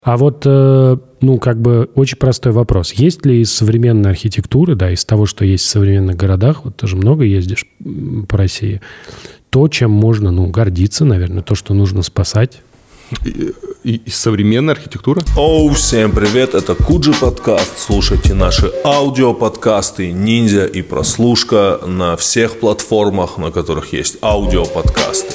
А вот, очень простой вопрос. Есть ли из современной архитектуры, да, из того, что есть в современных городах, вот ты же много ездишь по России, то, чем можно, гордиться, наверное, то, что нужно спасать? Из современной архитектуры? Всем привет, это Куджи подкаст. Слушайте наши аудиоподкасты «Ниндзя» и «Прослушка» на всех платформах, на которых есть аудиоподкасты.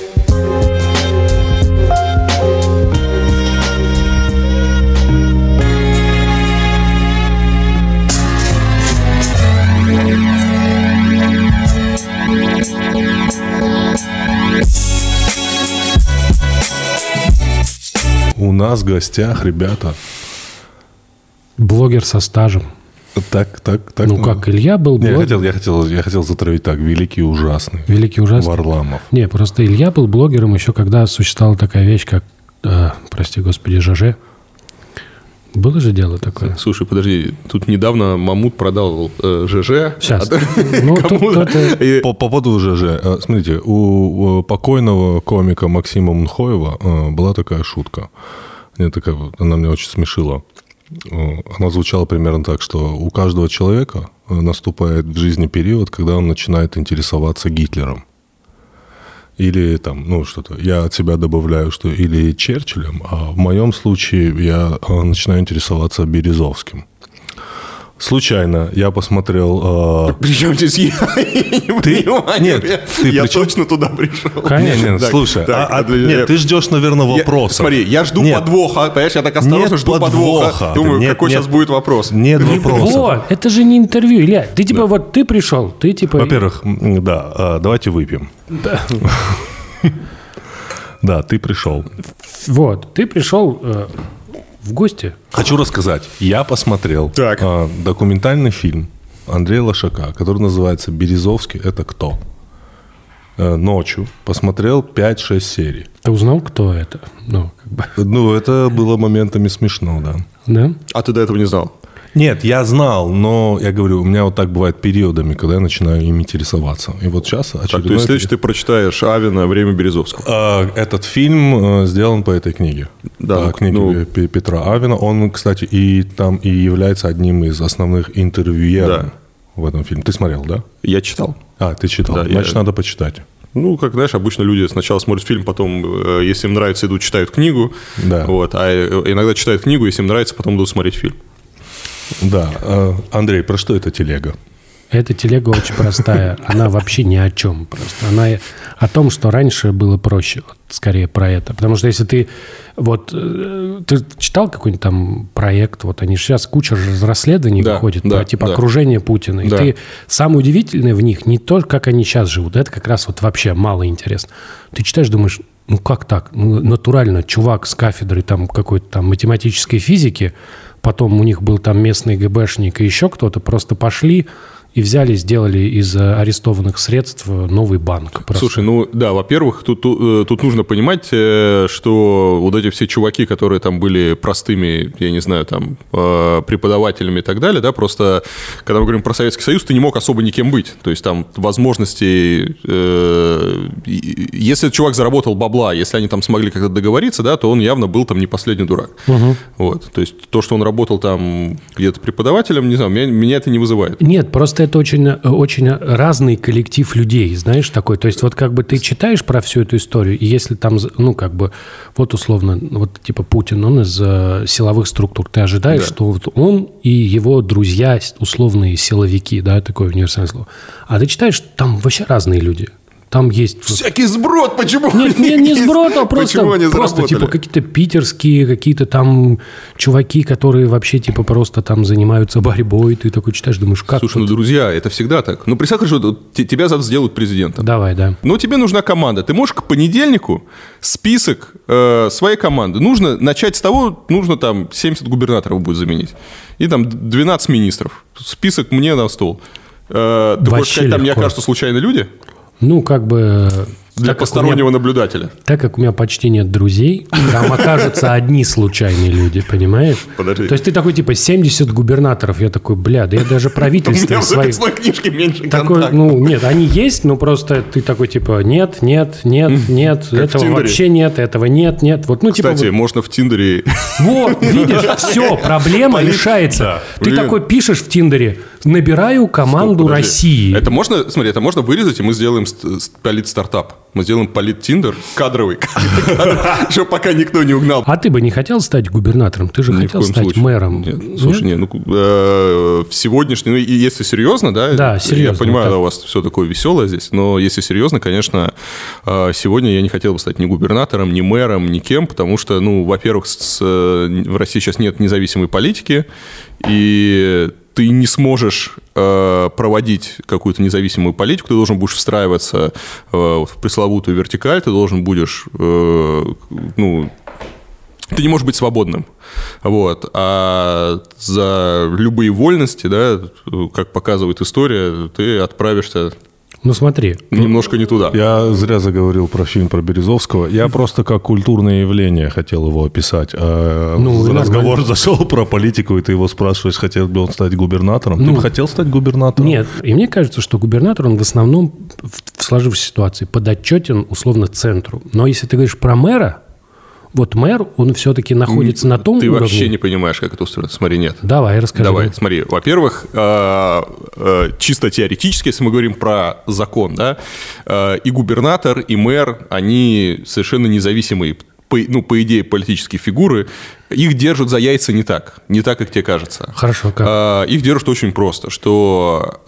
У нас в гостях, ребята, блогер со стажем. Так. Как Илья был блогер. Я хотел затравить так. Великий и ужасный. Великий и ужасный. Варламов. Не, просто Илья был блогером еще когда существовала такая вещь, как, прости господи, ЖЖ. Было же дело такое? Слушай, подожди, тут недавно Мамут продал ЖЖ. Сейчас. По поводу ЖЖ. Смотрите, у покойного комика Максима Мунхоева была такая шутка. Она меня очень смешила. Она звучала примерно так, что у каждого человека наступает в жизни период, когда он начинает интересоваться Гитлером. Или что-то. Я от себя добавляю, что или Черчиллем, а в моем случае я начинаю интересоваться Березовским. Случайно я посмотрел... Причем здесь я? Я точно туда пришел. Нет, слушай. Нет, ты ждешь, наверное, вопроса. Смотри, я жду подвоха. Понимаешь, я так осторожно жду подвоха. Думаю, какой сейчас будет вопрос. Нет вопроса. Вот, это же не интервью, Илья. Ты ты пришел, Во-первых, да, давайте выпьем. Да, ты пришел. Вот, ты пришел... в гости? Хочу рассказать. Я посмотрел документальный фильм Андрея Лошака, который называется «Березовский – это кто?». Ночью посмотрел 5-6 серий. Ты узнал, кто это? Это было моментами смешно, да. Да? А ты до этого не знал? Нет, я знал, но я говорю, у меня вот так бывает периодами, когда я начинаю им интересоваться. И вот сейчас очередной... То есть следующий ты прочитаешь Авина «Время Березовского». Этот фильм сделан по этой книге. Да, по книге Петра Авина. Он, кстати, и является одним из основных интервьюеров в этом фильме. Ты смотрел, да? Я читал. Ты читал. Да, значит, надо почитать. Как знаешь, обычно люди сначала смотрят фильм, потом, если им нравится, идут читают книгу. Да. А иногда читают книгу, если им нравится, потом идут смотреть фильм. Да. Андрей, про что эта телега? Эта телега очень простая. Она вообще ни о чем просто. Она о том, что раньше было проще. Скорее про это. Потому что если ты... ты читал какой-нибудь там проект? Они же сейчас куча расследований выходит. Окружение Путина. И ты... Самое удивительное в них не то, как они сейчас живут. Это как раз вообще мало интересно. Ты читаешь, думаешь, как так? Натурально чувак с кафедры какой-то там математической физики, потом у них был там местный ГБшник и еще кто-то, просто пошли и взяли, сделали из арестованных средств новый банк. Просто. Слушай, во-первых, тут нужно понимать, что вот эти все чуваки, которые там были простыми, я не знаю, там, преподавателями и так далее, да, просто, когда мы говорим про Советский Союз, ты не мог особо никем быть. То есть там возможности... если чувак заработал бабла, если они там смогли как-то договориться, да, то он явно был там не последний дурак. Угу. То есть то, что он работал там где-то преподавателем, не знаю, меня это не вызывает. Нет, просто это очень, очень разный коллектив людей, знаешь, такой. То есть ты читаешь про всю эту историю, и если там, условно, Путин, он из силовых структур, ты ожидаешь, что он и его друзья, условные силовики, да, такое универсальное слово. А ты читаешь, там вообще разные люди. Там есть... Всякий сброд, почему? Нет, не сброд, а просто какие-то питерские, какие-то там чуваки, которые вообще просто там занимаются борьбой. Ты такой читаешь, думаешь, как... Слушай, друзья, это всегда так. Представь, что тебя завтра сделают президентом. Давай, да. Тебе нужна команда. Ты можешь к понедельнику список своей команды. Нужно начать с того, нужно там 70 губернаторов будет заменить. И там 12 министров. Список мне на стол. Ты хочешь сказать, там не окажутся случайные люди? для постороннего наблюдателя. Так как у меня почти нет друзей, там окажутся одни случайные люди, понимаешь? Подожди. То есть ты такой, типа, 70 губернаторов. Я такой, да я даже правительство... У меня в записной книжке меньше контактов. Нет, они есть, но просто ты такой, типа, нет, этого вообще нет, этого нет. Вот, Кстати, можно в Тиндере... Вот, видишь, все, проблема решается. Ты такой пишешь в Тиндере, набираю команду России. Это можно, смотри, это можно вырезать, и мы сделаем полит-стартап. Мы сделаем полит-тиндер кадровый, чтобы пока никто не угнал. А ты бы не хотел стать губернатором? Ты же хотел стать мэром. Слушай, в сегодняшний, если серьезно, да, я понимаю, у вас все такое веселое здесь, но если серьезно, конечно, сегодня я не хотел бы стать ни губернатором, ни мэром, ни кем, потому что, во-первых, в России сейчас нет независимой политики, и ты не сможешь проводить какую-то независимую политику, ты должен будешь встраиваться в пресловутую вертикаль, ты должен будешь, ты не можешь быть свободным. Вот. А за любые вольности, да, как показывает история, ты отправишься... смотри. Немножко не туда. Я зря заговорил про фильм про Березовского. Я просто как культурное явление хотел его описать. Разговор зашел про политику, и ты его спрашиваешь, хотел бы он стать губернатором. Ты бы хотел стать губернатором? Нет. И мне кажется, что губернатор, он в основном в сложившейся ситуации подотчетен условно центру. Но если ты говоришь про мэра, вот мэр, он все-таки находится на том уровне... Ты вообще не понимаешь, как это устроено. Смотри, нет. Давай, расскажи. Давай, смотри. Во-первых, чисто теоретически, если мы говорим про закон, да, и губернатор, и мэр, они совершенно независимые, по идее, политические фигуры. Их держат за яйца не так, как тебе кажется. Хорошо, как? Их держат очень просто, что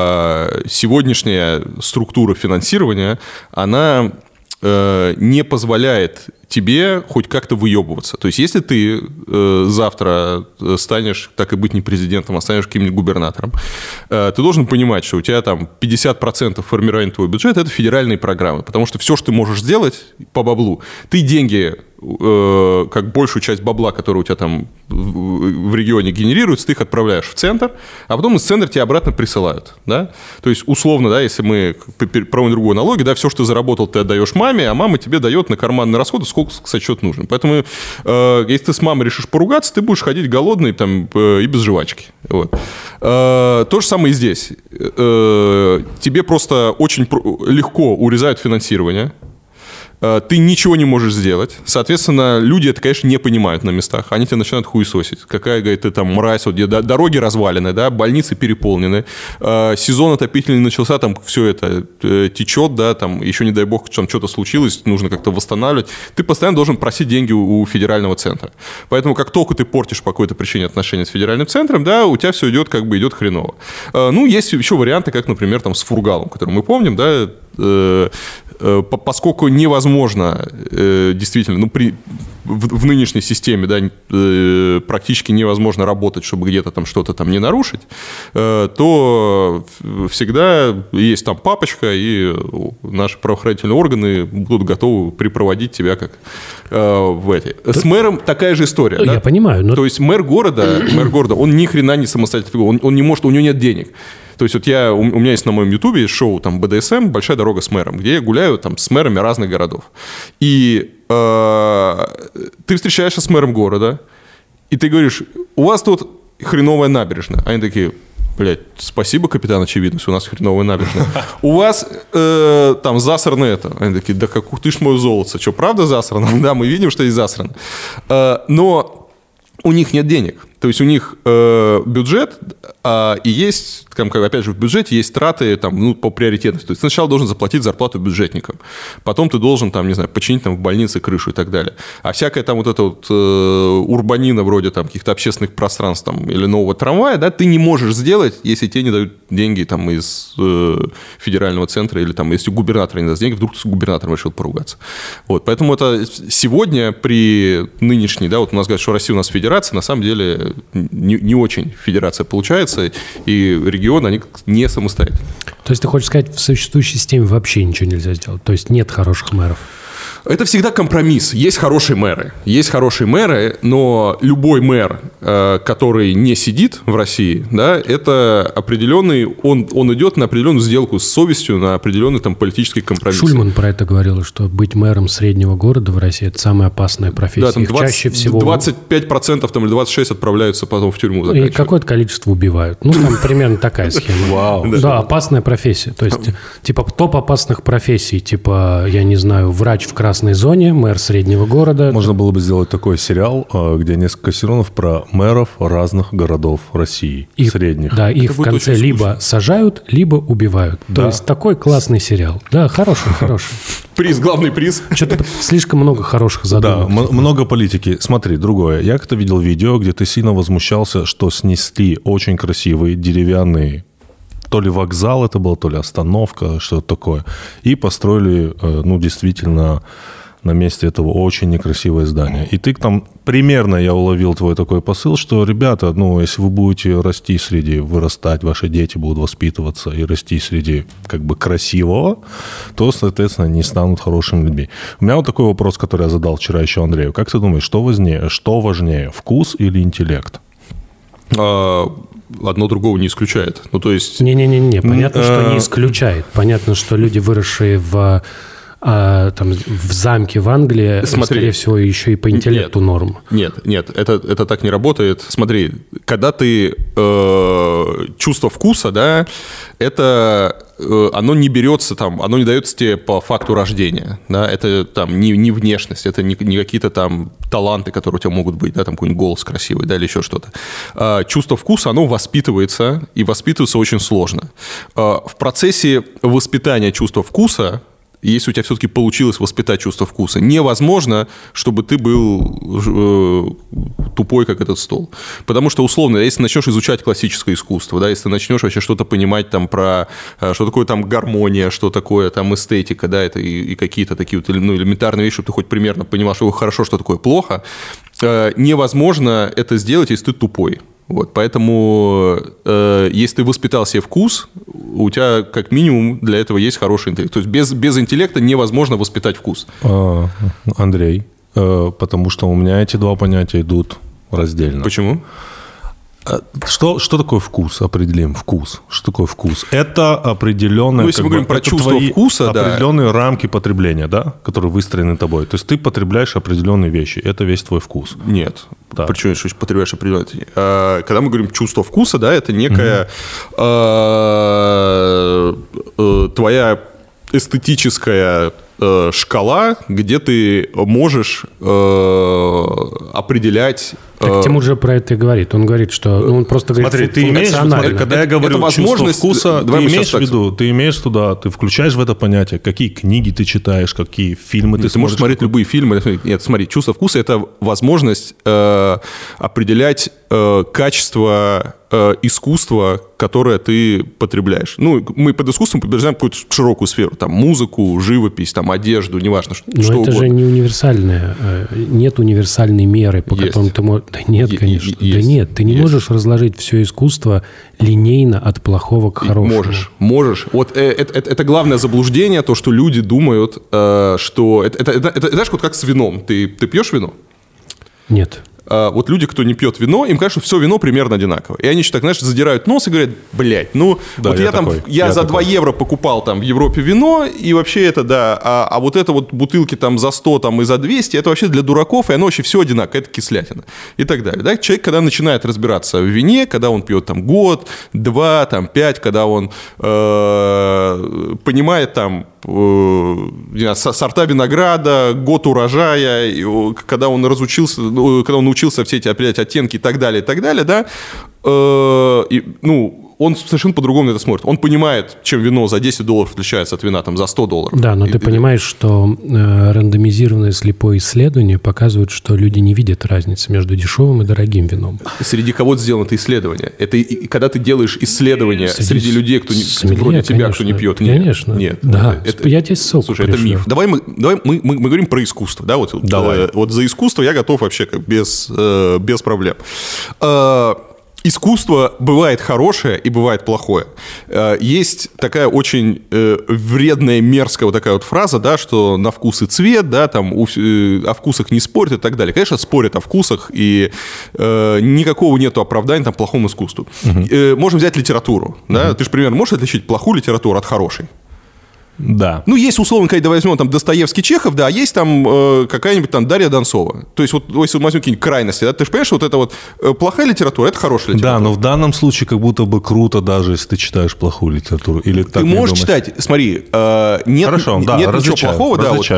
сегодняшняя структура финансирования, она не позволяет тебе хоть как-то выебываться. То есть, если ты завтра станешь, так и быть, не президентом, а станешь каким-нибудь губернатором, ты должен понимать, что у тебя там 50% формирования твоего бюджета – это федеральные программы. Потому что все, что ты можешь сделать по баблу, ты деньги, как большую часть бабла, который у тебя там в регионе генерируется, ты их отправляешь в центр, а потом из центра тебе обратно присылают. Да? То есть, условно, да, если мы проводим другую аналогию, да, все, что ты заработал, ты отдаешь маме, а мама тебе дает на карманные расходы, сколько, кстати, что-то нужно. Поэтому, если ты с мамой решишь поругаться, ты будешь ходить голодный там, и без жвачки. Вот. То же самое и здесь. Тебе просто очень легко урезают финансирование. Ты ничего не можешь сделать. Соответственно, люди это, конечно, не понимают на местах. Они тебя начинают хуесосить. Какая, говорит, ты там мразь, вот где дороги развалены, да, больницы переполнены, сезон отопительный начался, там все это течет, да, там еще, не дай бог, там что-то случилось, нужно как-то восстанавливать. Ты постоянно должен просить деньги у федерального центра. Поэтому, как только ты портишь по какой-то причине отношения с федеральным центром, да, у тебя все идет хреново. Есть еще варианты, как, например, там, с Фургалом, который мы помним, да, поскольку невозможно действительно, в нынешней системе, да, практически невозможно работать, чтобы где-то там что-то там не нарушить, то всегда есть там папочка, и наши правоохранительные органы будут готовы припроводить тебя как в эти. С мэром такая же история. Я понимаю. Но... То есть мэр города, он ни хрена не самостоятельный фигура, он не может, у него нет денег. То есть, вот у меня есть на моем ютубе шоу там БДСМ «Большая дорога с мэром», где я гуляю там с мэрами разных городов. И ты встречаешься с мэром города, и ты говоришь, у вас тут хреновая набережная. Они такие, блядь, спасибо, капитан Очевидность, у нас хреновая набережная. У вас там засрано это. Они такие, да как ты ж мое золото, что, правда засрано? Да, мы видим, что здесь засрано. Но у них нет денег. То есть у них бюджет, и есть, опять же, в бюджете есть траты по приоритетности. То есть сначала должен заплатить зарплату бюджетникам, потом ты должен, починить в больнице крышу и так далее. А всякая вот эта вот урбанина вроде каких-то общественных пространств или нового трамвая, да, ты не можешь сделать, если тебе не дают деньги из федерального центра, или если губернатор не даст деньги, вдруг ты с губернатором решил поругаться. Вот, поэтому это сегодня при нынешней, да, вот у нас говорят, что Россия у нас федерация, на самом деле не очень федерация получается, и регионы, они не самостоятельны. То есть ты хочешь сказать, в существующей системе вообще ничего нельзя сделать? То есть нет хороших мэров? Это всегда компромисс. Есть хорошие мэры, но любой мэр, который не сидит в России, да, это определенный, он идет на определенную сделку с совестью, на определенный там политический компромисс. Шульман про это говорил, что быть мэром среднего города в России – это самая опасная профессия. Да, там 20, чаще всего 25% там, или 26% отправляются потом в тюрьму. И какое-то количество убивают. Ну, там примерно такая схема. Вау. Да, опасная профессия. То есть, типа, топ опасных профессий, типа, я не знаю, врач в красной зоне, мэр среднего города. Можно было бы сделать такой сериал, где несколько сезонов про мэров разных городов России, средних. Да, их в конце либо сажают, либо убивают. Да. То есть такой классный сериал. Да, хороший. Приз, главный приз. Что-то слишком много хороших задумок. Да, много политики. Смотри, другое. Я как-то видел видео, где ты сильно возмущался, что снесли очень красивые деревянные, то ли вокзал это был, то ли остановка, что-то такое. И построили, действительно, на месте этого очень некрасивое здание. И ты там примерно, я уловил твой такой посыл, что, ребята, если вы будете вырастать, ваши дети будут воспитываться и расти среди как бы красивого, то, соответственно, не станут хорошими людьми. У меня вот такой вопрос, который я задал вчера еще Андрею. Как ты думаешь, что важнее, вкус или интеллект? Одно другого не исключает. Ну, то есть... Не-не-не, понятно, что не исключает. Понятно, что люди, выросшие в замке в Англии, скорее всего, еще и по интеллекту норм. Нет, это так не работает. Смотри, когда ты чувство вкуса, да, это оно не берется там, оно не дается тебе по факту рождения, да, это там не внешность, это не какие-то там таланты, которые у тебя могут быть, да, там какой-нибудь голос красивый, да, или еще что-то. Чувство вкуса, оно воспитывается, и воспитывается очень сложно. В процессе воспитания чувства вкуса, если у тебя все-таки получилось воспитать чувство вкуса, невозможно, чтобы ты был тупой, как этот стол. Потому что, условно, если ты начнешь изучать классическое искусство, да, если ты начнешь вообще что-то понимать там про, что такое там гармония, что такое там эстетика, да, это и какие-то такие вот элементарные вещи, чтобы ты хоть примерно понимал, что хорошо, что такое плохо, невозможно это сделать, если ты тупой. Вот, поэтому, если ты воспитал себе вкус, у тебя как минимум для этого есть хороший интеллект. То есть без интеллекта невозможно воспитать вкус. Андрей, потому что у меня эти два понятия идут раздельно. Почему? Что такое вкус? Определим вкус. Что такое вкус? Это определенное... если мы говорим про чувство вкуса, определенные рамки потребления, да, которые выстроены тобой. То есть ты потребляешь определенные вещи. Это весь твой вкус. Нет. Да. Причем что потребляешь определенные... Когда мы говорим чувство вкуса, да, это некая твоя эстетическая шкала, где ты можешь определять... Так Тимур же про это и говорит. Он говорит, что... он просто говорит, смотри, ты имеешь, когда я говорю возможность вкуса, ты имеешь туда, ты включаешь в это понятие, какие книги ты читаешь, какие фильмы ты смотришь. Ты можешь смотреть любые фильмы. Нет, смотри, чувство вкуса – это возможность определять качество искусства, которое ты потребляешь. Мы под искусством подразумеваем какую-то широкую сферу. Там музыку, живопись, там, одежду, неважно, что угодно. Но это же не универсальное. Нет универсальной меры, по которой ты можешь... Да нет, конечно. Да нет, ты не можешь разложить все искусство линейно от плохого к хорошему. Можешь. Вот это главное заблуждение, то, что люди думают, что... Это знаешь, вот как с вином. Ты пьешь вино? Нет. Вот люди, кто не пьет вино, им кажется, что все вино примерно одинаково. И они еще так, знаешь, задирают нос и говорят, блядь, вот я за 2 евро покупал там в Европе вино, и вообще это, да, а вот это вот бутылки там за 100 там, и за 200, это вообще для дураков, и оно вообще все одинаково, это кислятина и так далее. Да? Человек, когда начинает разбираться в вине, когда он пьет там год, 2, там 5, когда он понимает там сорта винограда, год урожая, когда он научился все эти определять оттенки и так далее, да, он совершенно по-другому на это смотрит. Он понимает, чем вино за $10 отличается от вина там, за $100. Да, но ты понимаешь, что рандомизированное слепое исследование показывает, что люди не видят разницы между дешевым и дорогим вином. Среди кого сделано это исследование? Это когда ты делаешь исследование среди людей, кто вроде тебя, кто не пьет. Конечно. Нет. Да, я тебе ссылку Слушай, это миф. Давай мы говорим про искусство. Да? Вот за искусство я готов вообще без проблем. искусство бывает хорошее и бывает плохое. Есть такая очень вредная, мерзкая вот такая вот фраза, да, что на вкус и цвет, да, там о вкусах не спорят и так далее. Конечно, спорят о вкусах, и никакого нету оправдания там плохому искусству. Можем взять литературу. Да? Ты же, примерно, можешь отличить плохую литературу от хорошей? Да. Ну, есть, условно, когда возьмем там Достоевский, Чехов, да, а есть там какая-нибудь там Дарья Донцова. То есть, вот если мы возьмем какие-нибудь крайности, да, ты же понимаешь, что вот это вот плохая литература, это хорошая литература. Да, но в данном случае как будто бы круто, даже если ты читаешь плохую литературу. Или ты можешь читать, смотри, нет, хорошо, да, нет ничего плохого. Да, вот,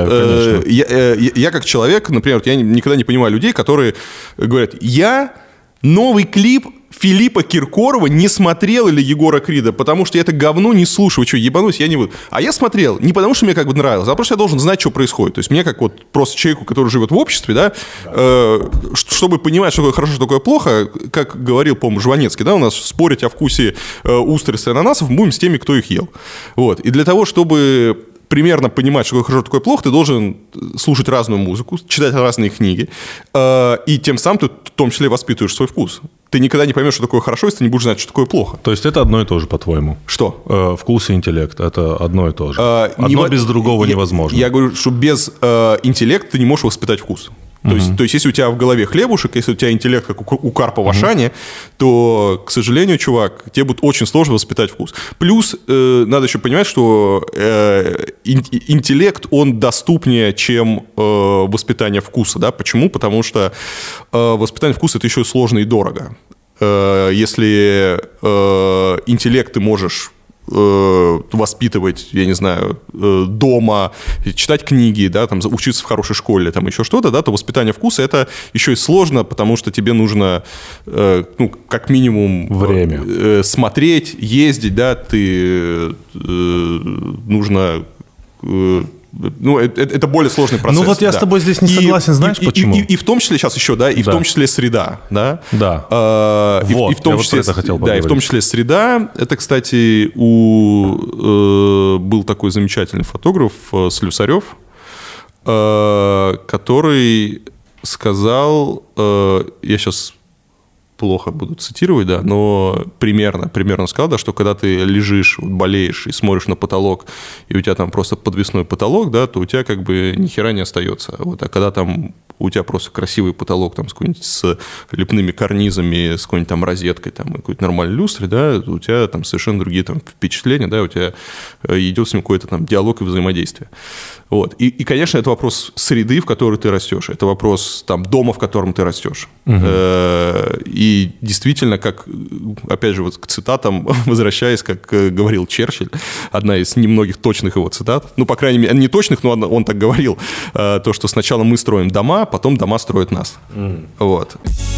я как человек, например, я никогда не понимаю людей, которые говорят, я новый клип Филиппа Киркорова не смотрел или Егора Крида, потому что я это говно не слушаю. Вы что, ебанусь? Я не буду. А я смотрел не потому, что мне как бы нравилось, а потому что я должен знать, что происходит. То есть мне как вот просто человеку, который живет в обществе, да, чтобы понимать, что такое хорошо, что такое плохо, как говорил, по-моему, Жванецкий, да, у нас спорить о вкусе устриц и ананасов будем с теми, кто их ел. Вот. И для того, чтобы примерно понимать, что такое хорошо, что такое плохо, ты должен слушать разную музыку, читать разные книги, и тем самым ты в том числе воспитываешь свой вкус. Ты никогда не поймешь, что такое хорошо, если ты не будешь знать, что такое плохо. То есть это одно и то же, по-твоему? Что? Вкус и интеллект – это одно и то же. Одно без другого невозможно. Я говорю, что без интеллекта ты не можешь воспитать вкус. То есть, если у тебя в голове хлебушек, если у тебя интеллект, как у карпа в Ашане, то, к сожалению, чувак, тебе будет очень сложно воспитать вкус. Плюс, надо еще понимать, что интеллект, он доступнее, чем воспитание вкуса. Да? Почему? Потому что воспитание вкуса – это еще и сложно и дорого. Если интеллект ты можешь воспитывать, я не знаю, дома, читать книги, да, там, учиться в хорошей школе, там, еще что-то, да, то воспитание вкуса – это еще и сложно, потому что тебе нужно, ну, как минимум… Время. Смотреть, ездить, да, нужно… Ну, это более сложный процесс. Ну, вот я с тобой здесь не согласен, знаешь почему? И в том числе сейчас еще, да, и в том числе среда, да. Да. Вот, и в том числе, это хотел поговорить. Да, и в том числе среда. Это, кстати, был такой замечательный фотограф Слюсарев, который сказал, я сейчас плохо буду цитировать, да, но примерно сказал, да, что когда ты лежишь, болеешь и смотришь на потолок, и у тебя там просто подвесной потолок, да, то у тебя как бы ни хера не остается. Вот, а когда там у тебя просто красивый потолок там, с лепными карнизами, с какой-нибудь там розеткой там, и какой-то нормальной люстрой, да, у тебя там совершенно другие там впечатления, да, у тебя идет с ним какой-то там диалог и взаимодействие. Вот. И, конечно, это вопрос среды, в которой ты растешь, это вопрос там дома, в котором ты растешь. И действительно, как, опять же, вот к цитатам возвращаясь, как говорил Черчилль, одна из немногих точных его цитат, ну, по крайней мере, не точных, но он так говорил, то, что сначала мы строим дома, потом дома строят нас. Вот.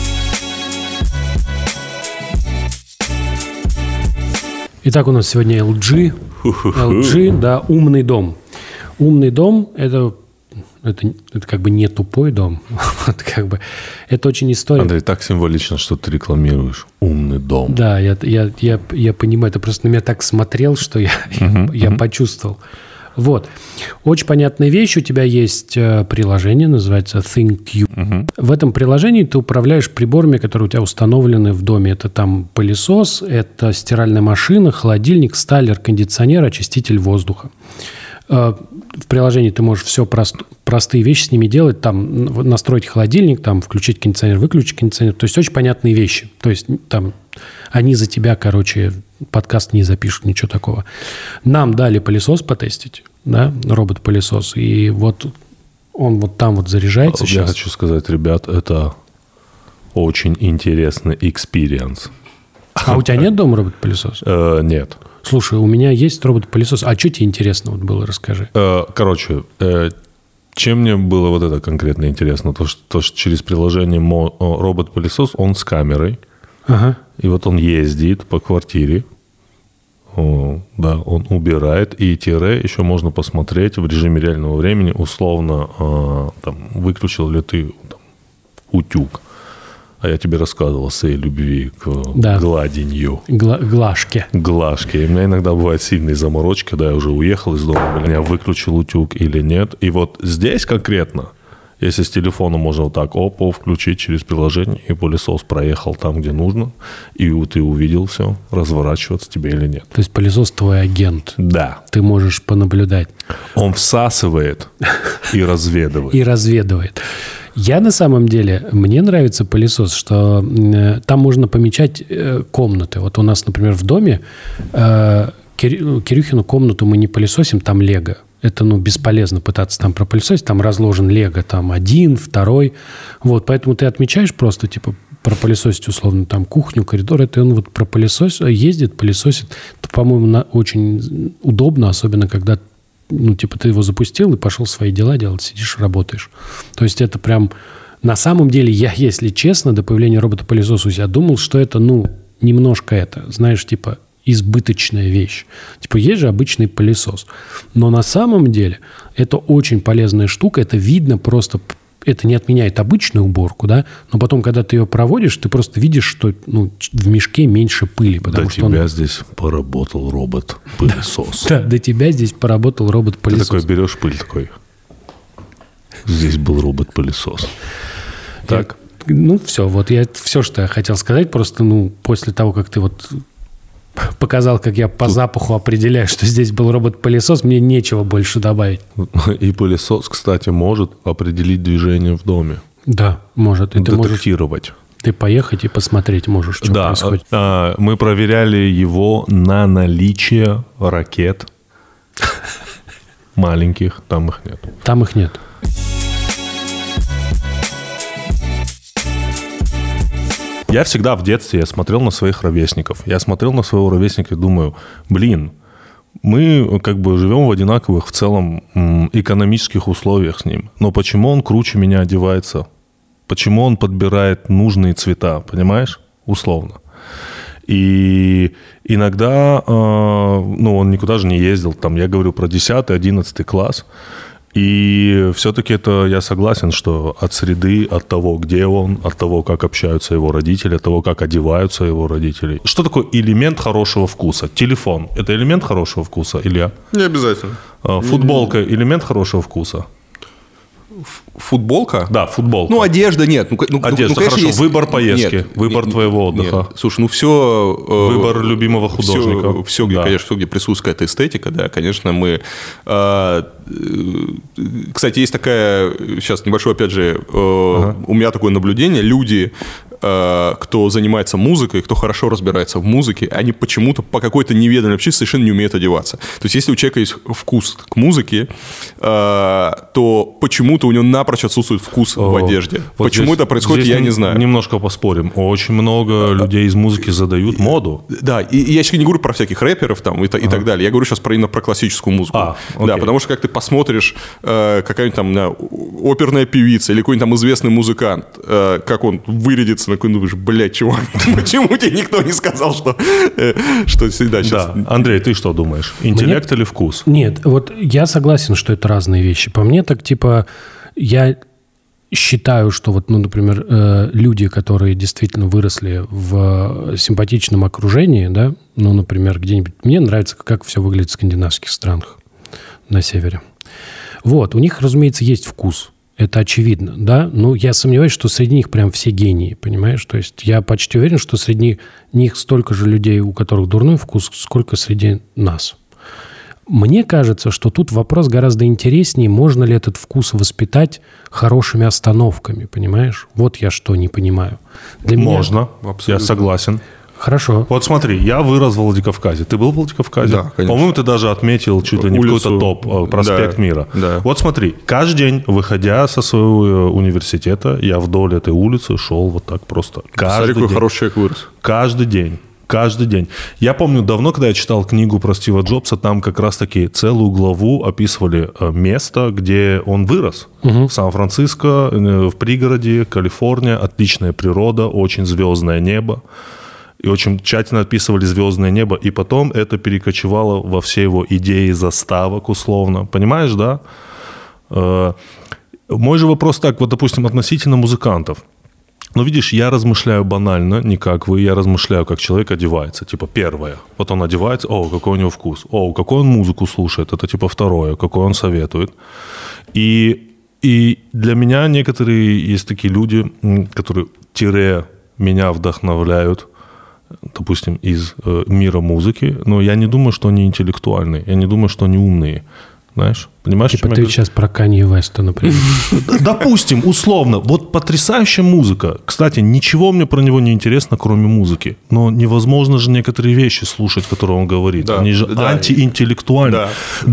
Итак, у нас сегодня LG. LG, да, умный дом. Умный дом – это как бы не тупой дом. Вот как бы, это очень история. Андрей, так символично, что ты рекламируешь умный дом. Да, я понимаю. Ты просто на меня так смотрел, что я почувствовал. Вот. Очень понятная вещь. У тебя есть приложение, называется ThinkCube. В этом приложении ты управляешь приборами, которые у тебя установлены в доме. Это там пылесос, это стиральная машина, холодильник, стайлер, кондиционер, очиститель воздуха. В приложении ты можешь все простые вещи с ними делать, там настроить холодильник, там включить кондиционер, выключить кондиционер. То есть очень понятные вещи. То есть там они за тебя, короче, подкаст не запишут, ничего такого. Нам дали пылесос потестить, да, робот-пылесос, и вот он вот там вот заряжается. Я хочу сказать, ребят, это очень интересный экспириенс. А у тебя нет дома робот-пылесос? Нет. Слушай, у меня есть робот-пылесос. А что тебе интересно вот было, расскажи. Короче, чем мне было вот это конкретно интересно? То, что через приложение робот-пылесос, он с камерой. Ага. И вот он ездит по квартире. Да, он убирает. И еще можно посмотреть в режиме реального времени, условно, там, выключил ли ты там, утюг. А я тебе рассказывал о своей любви к гладенью. Глажке. Глажке. И у меня иногда бывают сильные заморочки, когда я уже уехал из дома, я выключил утюг или нет. И вот здесь конкретно Если с телефона можно вот так, включить через приложение, и пылесос проехал там, где нужно, и ты увидел все, разворачиваться тебе или нет. То есть пылесос твой агент. Да. Ты можешь понаблюдать. Он всасывает и разведывает. И разведывает. Я на самом деле, мне нравится пылесос, что там можно помечать комнаты. Вот у нас, например, в доме Кирюхину комнату мы не пылесосим, там лего. Это, бесполезно пытаться там пропылесосить. Там разложен лего, там 1, 2. Вот, поэтому ты отмечаешь просто, пропылесосить условно там кухню, коридор. Это он вот ездит, пылесосит. Это, по-моему, очень удобно, особенно когда ты его запустил и пошел свои дела делать, сидишь, работаешь. То есть это прям... На самом деле, я, если честно, до появления робота-пылесоса у себя думал, что это, немножко это, знаешь, избыточная вещь. Есть же обычный пылесос. Но на самом деле это очень полезная штука. Это видно просто... Это не отменяет обычную уборку, да? Но потом, когда ты ее проводишь, ты просто видишь, что в мешке меньше пыли. Потому что тебя здесь поработал робот-пылесос. Да, до тебя здесь поработал робот-пылесос. Ты такой берешь пыль такой. Здесь был робот-пылесос. Так? Все. Вот все, что я хотел сказать. Просто, после того, как ты показал, как я по запаху определяю, что здесь был робот-пылесос, мне нечего больше добавить. И пылесос, кстати, может определить движение в доме. Да, может. И детектировать. Ты поехать и посмотреть можешь, что происходит. Мы проверяли его на наличие ракет маленьких. Там их нет. Там их нет. Я всегда в детстве смотрел на своих ровесников. Я смотрел на своего ровесника и думаю, мы живем в одинаковых в целом экономических условиях с ним. Но почему он круче меня одевается? Почему он подбирает нужные цвета, понимаешь? Условно. И иногда, он никуда же не ездил. Там, я говорю про 10-11 класс. И все-таки это я согласен, что от среды, от того, где он, от того, как общаются его родители, от того, как одеваются его родители. Что такое элемент хорошего вкуса? Телефон – это элемент хорошего вкуса, Илья? Не обязательно. Футболка – элемент хорошего вкуса? Футболка? Да, футболка. одежда нет. Одежда, хорошо. Есть... Выбор поездки, выбор твоего отдыха. Нет. Слушай, все... Выбор любимого художника. Все, конечно, где присутствует эта эстетика, да, конечно, мы... Кстати, есть такая... Сейчас небольшое, опять же, у меня такое наблюдение. Люди, кто занимается музыкой, кто хорошо разбирается в музыке, они почему-то по какой-то неведомой причине совершенно не умеют одеваться. То есть, если у человека есть вкус к музыке, то почему-то у него напрочь отсутствует вкус в одежде. Вот почему это происходит, я не знаю. Немножко поспорим. Очень много людей из музыки задают моду. Да, и я сейчас не говорю про всяких рэперов там, и так далее. Я говорю сейчас именно про классическую музыку. Да, потому что как ты посмотришь, какая-нибудь там оперная певица или какой-нибудь там известный музыкант, как он вырядится, такой, думаешь, чувак, почему тебе никто не сказал, что всегда сейчас... Да. Андрей, ты что думаешь? Интеллект или вкус? Нет, вот я согласен, что это разные вещи. По мне так, я считаю, что например, люди, которые действительно выросли в симпатичном окружении, да, например, где-нибудь... Мне нравится, как все выглядит в скандинавских странах на севере. У них, разумеется, есть вкус. Это очевидно, да? Но я сомневаюсь, что среди них прям все гении, понимаешь? То есть я почти уверен, что среди них столько же людей, у которых дурной вкус, сколько среди нас. Мне кажется, что тут вопрос гораздо интереснее, можно ли этот вкус воспитать хорошими остановками, понимаешь? Вот я что не понимаю. Для можно, меня... я согласен. Хорошо. Вот смотри, я вырос в Владикавказе. Ты был в Владикавказе? Да, конечно. По-моему, ты даже отметил чуть ли не какой-то топ, проспект Мира. Да. Вот смотри, каждый день, выходя со своего университета, я вдоль этой улицы шел вот так просто. Смотри, какой хороший человек вырос. Каждый день. Каждый день. Я помню давно, когда я читал книгу про Стива Джобса, там как раз-таки целую главу описывали место, где он вырос. В Сан-Франциско, в пригороде, Калифорния. Отличная природа, очень звездное небо. И очень тщательно описывали звездное небо. И потом это перекочевало во все его идеи заставок, условно. Понимаешь, да? Мой же вопрос так, допустим, относительно музыкантов. Видишь, я размышляю банально, не как вы, я размышляю, как человек одевается. Первое. Вот он одевается, какой у него вкус. Какой он музыку слушает. Это второе, какой он советует. И И для меня некоторые есть такие люди, которые меня вдохновляют, допустим, из мира музыки, но я не думаю, что они интеллектуальные, я не думаю, что они умные. Знаешь, понимаешь, типа ты сейчас про Канье Уэста, например. Допустим, условно, вот потрясающая музыка. Кстати, ничего мне про него не интересно, кроме музыки. Но невозможно же некоторые вещи слушать, которые он говорит. Они же антиинтеллектуальны.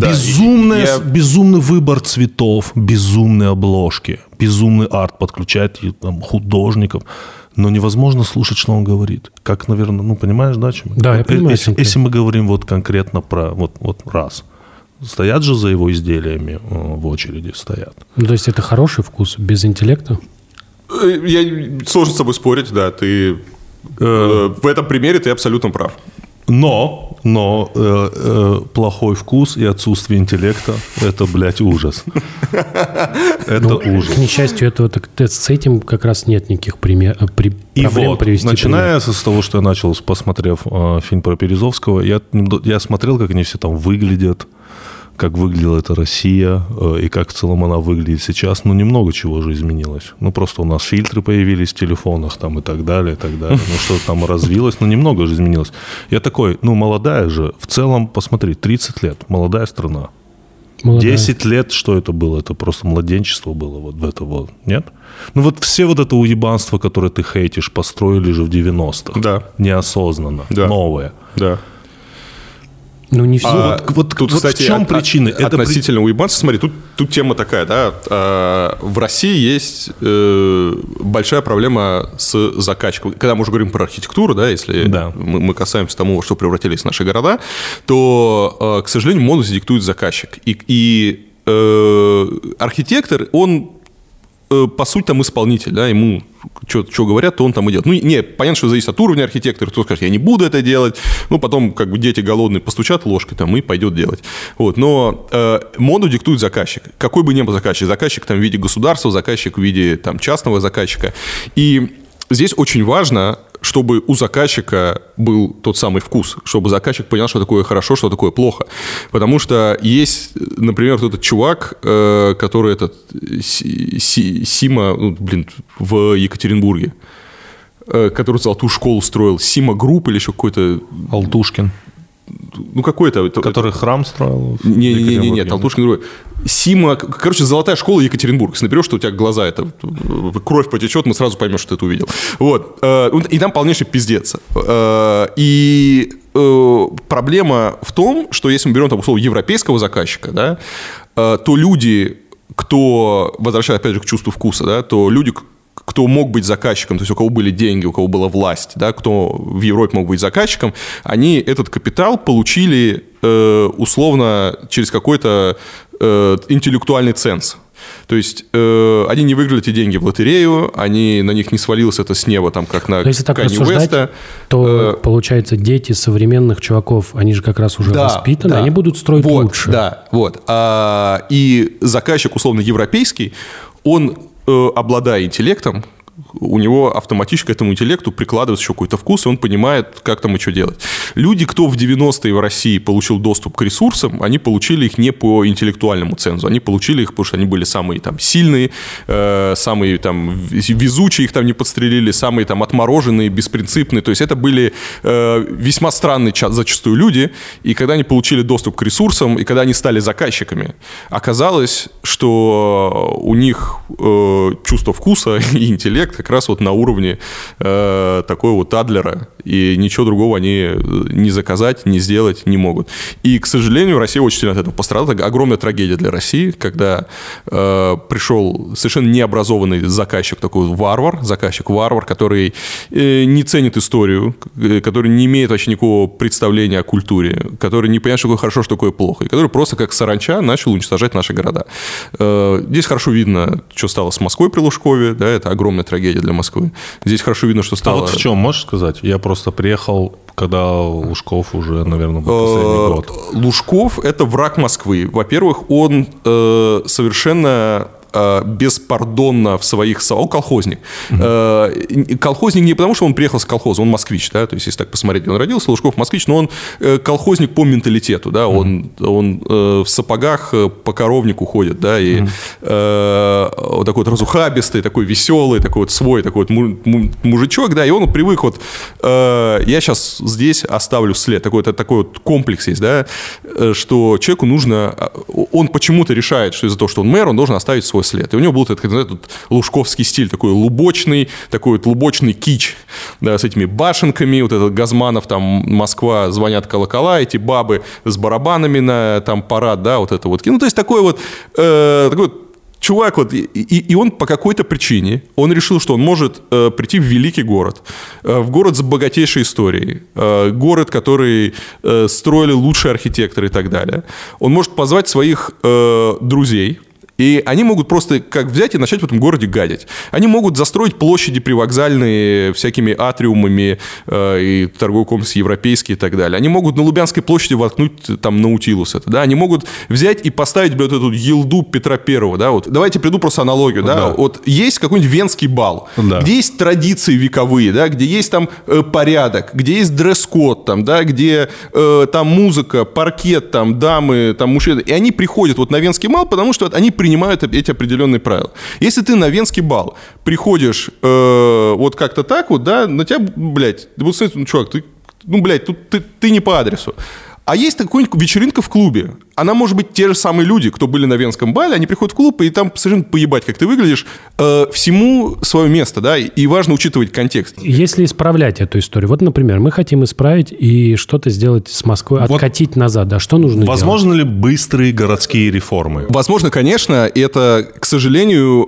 Безумный выбор цветов, безумные обложки, безумный арт, подключать там, художников. Но невозможно слушать, что он говорит. Как, наверное, понимаешь, да? Чем? Да, я понимаю. Если мы говорим вот конкретно про вот раз. Стоят же за его изделиями в очереди, стоят. Ну, то есть это хороший вкус, без интеллекта? Сложно с собой спорить, да. Ты в этом примере ты абсолютно прав. Но плохой вкус и отсутствие интеллекта – это, блядь, ужас. Это ужас. К несчастью, с этим как раз нет никаких проблем привести. Начиная с того, что я начал, посмотрев фильм про Березовского, я смотрел, как они все там выглядят, как выглядела эта Россия и как в целом она выглядит сейчас. Немного чего же изменилось. Просто у нас фильтры появились в телефонах там, и так далее, и так далее. Что-то там развилось, немного же изменилось. Я такой, молодая же. В целом, посмотри, 30 лет, молодая страна. 10 лет, что это было? Это просто младенчество было вот в это вот, нет? Все вот это уебанство, которое ты хейтишь, построили же в 90-х. Да. Неосознанно. Да. Новое. Да. Не все. Тут, кстати, в чем причина? Относительно уебанства, смотри, тут тема такая, да. В России есть большая проблема с заказчиком. Когда мы уже говорим про архитектуру, да, если мы касаемся того, что превратились наши города, то, к сожалению, модус диктует заказчик. И архитектор, он, по сути, там исполнитель, да, ему что говорят, то он там и делает. Понятно, что зависит от уровня архитектора, кто скажет, я не буду это делать, потом дети голодные постучат ложкой там и пойдет делать. Но моду диктует заказчик. Какой бы ни был заказчик там в виде государства, заказчик в виде там частного заказчика. И здесь очень важно, чтобы у заказчика был тот самый вкус, чтобы заказчик понял, что такое хорошо, что такое плохо. Потому что есть, например, вот этот чувак, который Сима, в Екатеринбурге, который золотую школу строил, Сима Групп или еще какой-то... Алтушкин. Какой-то... Который храм строил? Нет, Алтушкин другой. Сима, золотая школа Екатеринбург. Если наберешь, что у тебя глаза, кровь потечет, мы сразу поймем, что ты это увидел. И там полнейший пиздец. И проблема в том, что если мы берем, условно, европейского заказчика, да, то люди, кто, возвращаясь, опять же, к чувству вкуса, да, то люди, кто мог быть заказчиком, то есть у кого были деньги, у кого была власть, да, кто в Европе мог быть заказчиком, они этот капитал получили условно через какой-то интеллектуальный ценз. То есть они не выиграли эти деньги в лотерею, на них не свалилось это с неба, там, как на Канье Уэста. То, получается, дети современных чуваков, они же как раз уже воспитаны, они будут строить лучше. Да, и заказчик, условно, европейский, он, обладая интеллектом, у него автоматически к этому интеллекту прикладывается еще какой-то вкус, и он понимает, как там и что делать. Люди, кто в 90-е в России получил доступ к ресурсам, они получили их не по интеллектуальному цензу, они получили их, потому что они были самые там сильные, самые там везучие, их там не подстрелили, самые там отмороженные, беспринципные. То есть это были весьма странные зачастую люди, и когда они получили доступ к ресурсам, и когда они стали заказчиками, оказалось, что у них чувство вкуса и интеллект как раз на уровне такой Адлера, и ничего другого они не заказать, не сделать не могут. И, к сожалению, Россия очень сильно от этого пострадала. Это огромная трагедия для России, когда пришел совершенно необразованный заказчик, такой заказчик-варвар, который не ценит историю, который не имеет вообще никакого представления о культуре, который не понимает, что такое хорошо, что такое плохо, и который просто как саранча начал уничтожать наши города. Здесь хорошо видно, что стало с Москвой при Лужкове, да, это огромная трагедия для Москвы. Здесь хорошо видно, что стало... А в чем, можешь сказать? Я просто приехал, когда Лужков уже, наверное, был последний год. Лужков – это враг Москвы. Во-первых, он совершенно беспардонно в своих... Он колхозник. Колхозник не потому, что он приехал с колхоза, он москвич, да, то есть, если так посмотреть, он родился, Лужков москвич, но он колхозник по менталитету, да, он в сапогах по коровнику ходит, да, и вот такой вот разухабистый, такой веселый, такой вот свой, такой вот мужичок, да, и он привык вот, я сейчас здесь оставлю след, такой вот комплекс есть, да, что человеку нужно, он почему-то решает, что из-за того, что он мэр, он должен оставить свой след. И у него был этот лужковский стиль, такой лубочный кич, да, с этими башенками, вот этот Газманов, там, Москва, звонят колокола, эти бабы с барабанами на там парад, да, вот это вот. Ну, то есть такой вот чувак, вот, и он по какой-то причине, он решил, что он может прийти в великий город, в город с богатейшей историей, город, который строили лучшие архитекторы и так далее. Он может позвать своих друзей, и они могут просто как взять и начать в этом городе гадить. Они могут застроить площади привокзальные всякими атриумами и торговый комплекс европейский и так далее. Они могут на Лубянской площади воткнуть там Наутилус. Это, да? Они могут взять и поставить, блядь, эту елду Петра Первого. Да? Вот. Давайте приду просто аналогию. Да? Вот есть какой-нибудь венский бал, где есть традиции вековые, да? Где есть там порядок, где есть дресс-код, там, да? Где там музыка, паркет, там, дамы, там, мужчины. И они приходят вот на венский бал, потому что они принимают эти определенные правила. Если ты на венский бал приходишь вот как-то так вот, да, на тебя, блядь, ты будешь сказать, ну, чувак, тут ты не по адресу. А есть какая-нибудь вечеринка в клубе. Она может быть те же самые люди, кто были на венском бале, они приходят в клуб, и там совершенно поебать, как ты выглядишь. Всему свое место, да, и важно учитывать контекст. Если исправлять эту историю, вот, например, мы хотим исправить и что-то сделать с Москвой, откатить назад, да, что нужно делать? Возможно ли быстрые городские реформы? Возможно, конечно, это, к сожалению,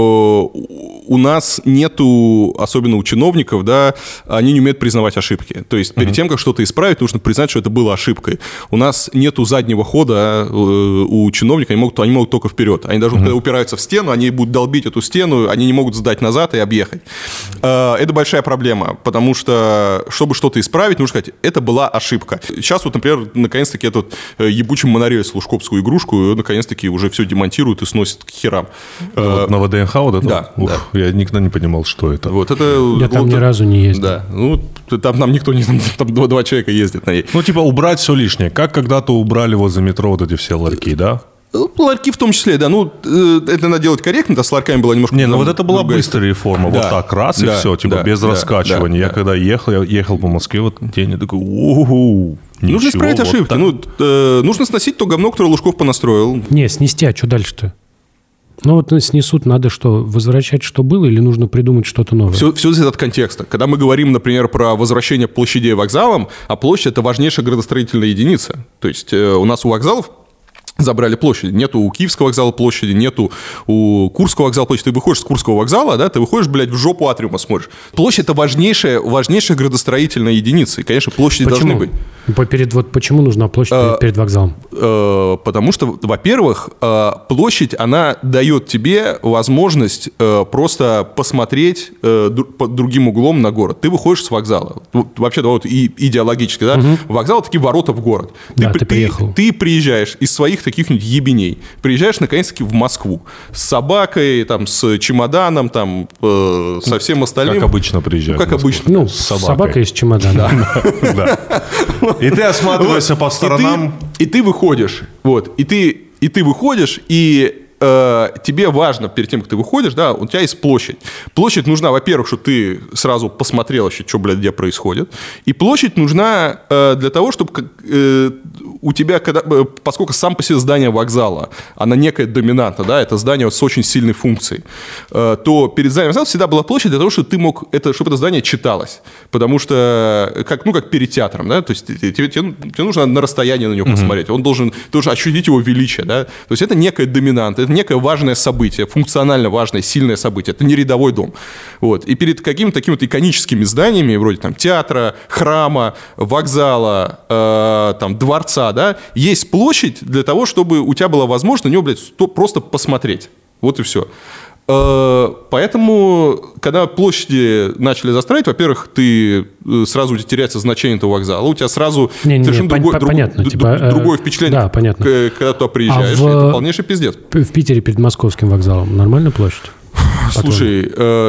у нас нету, особенно у чиновников, да, они не умеют признавать ошибки. То есть перед тем, как что-то исправить, нужно признать, что это было ошибкой. У нас нету заднего хода у чиновников, они могут только вперед. Они даже когда упираются в стену, они будут долбить эту стену, они не могут сдать назад и объехать. Это большая проблема, потому что, чтобы что-то исправить, нужно сказать, это была ошибка. Сейчас вот, например, наконец-таки этот ебучий монорельс лужковскую игрушку, наконец-таки уже все демонтируют и сносят к херам. Вот на ВДНХ вот это? Да. Я никогда не понимал, что это. Вот это. Я там ни разу не ездил. Да. Ну, там никто не... Там два человека ездят на ней. Ну, типа, убрать все лишнее. Как когда-то убрали возле метро вот эти все ларьки, да? Ларьки в том числе, да. Ну, это надо делать корректно, с ларьками была немножко... Не, ну вот это была быстрая реформа. Да, вот так, раз и все, типа, без раскачивания. Я когда ехал по Москве, вот день, я такой, угу. Нужно исправить ошибки. Нужно сносить то говно, которое Лужков понастроил. Не, снести, а что дальше-то? Ну вот снесут, надо что, возвращать, что было, или нужно придумать что-то новое? Все зависит от контекста. Когда мы говорим, например, про возвращение площадей вокзалам, а площадь – это важнейшая градостроительная единица. То есть у нас у вокзалов забрали площади. Нету у Киевского вокзала площади, нету у Курского вокзала площади. Ты выходишь с Курского вокзала, да, ты выходишь, блядь, в жопу атриума смотришь. Площадь – это важнейшая градостроительная единица. И, конечно, площади должны быть. Почему нужна площадь перед вокзалом? Потому что, во-первых, площадь, она дает тебе возможность просто посмотреть под другим углом на город. Ты выходишь с вокзала. Вообще, вот идеологически, да? Вокзал – такие ворота в город. Да, ты приехал. Ты приезжаешь из своих каких-нибудь ебеней. Приезжаешь, наконец-таки, в Москву. С собакой, там, с чемоданом, там, со всем остальным. Как обычно приезжаешь. Как обычно. Ну, с собакой и с чемоданом. И ты осматриваешься по сторонам. И ты выходишь. Вот. И ты выходишь, и тебе важно, перед тем, как ты выходишь, да, у тебя есть площадь. Площадь нужна, во-первых, чтобы ты сразу посмотрел еще, что, блядь, где происходит. И площадь нужна для того, чтобы у тебя, поскольку сам по себе здание вокзала, она некая доминанта, да, это здание вот с очень сильной функцией, то перед зданием вокзала всегда была площадь для того, чтобы ты мог, чтобы это здание читалось. Потому что, как перед театром, да, то есть тебе нужно на расстоянии на него посмотреть. Ты должен ощутить его величие, да. То есть это некая доминанта, это некое важное событие, функционально важное, сильное событие. Это не рядовой дом. Вот. И перед какими-то такими вот иконическими зданиями, вроде там театра, храма, вокзала, там, дворца, да, есть площадь для того, чтобы у тебя была возможность на него, блядь, просто посмотреть. Вот и все. Поэтому, когда площади начали застраивать, во-первых, ты сразу теряется значение этого вокзала, у тебя сразу совершенно другое впечатление, да, понятно. Когда туда приезжаешь, это полнейший пиздец. В Питере перед Московским вокзалом нормальная площадь? Слушай,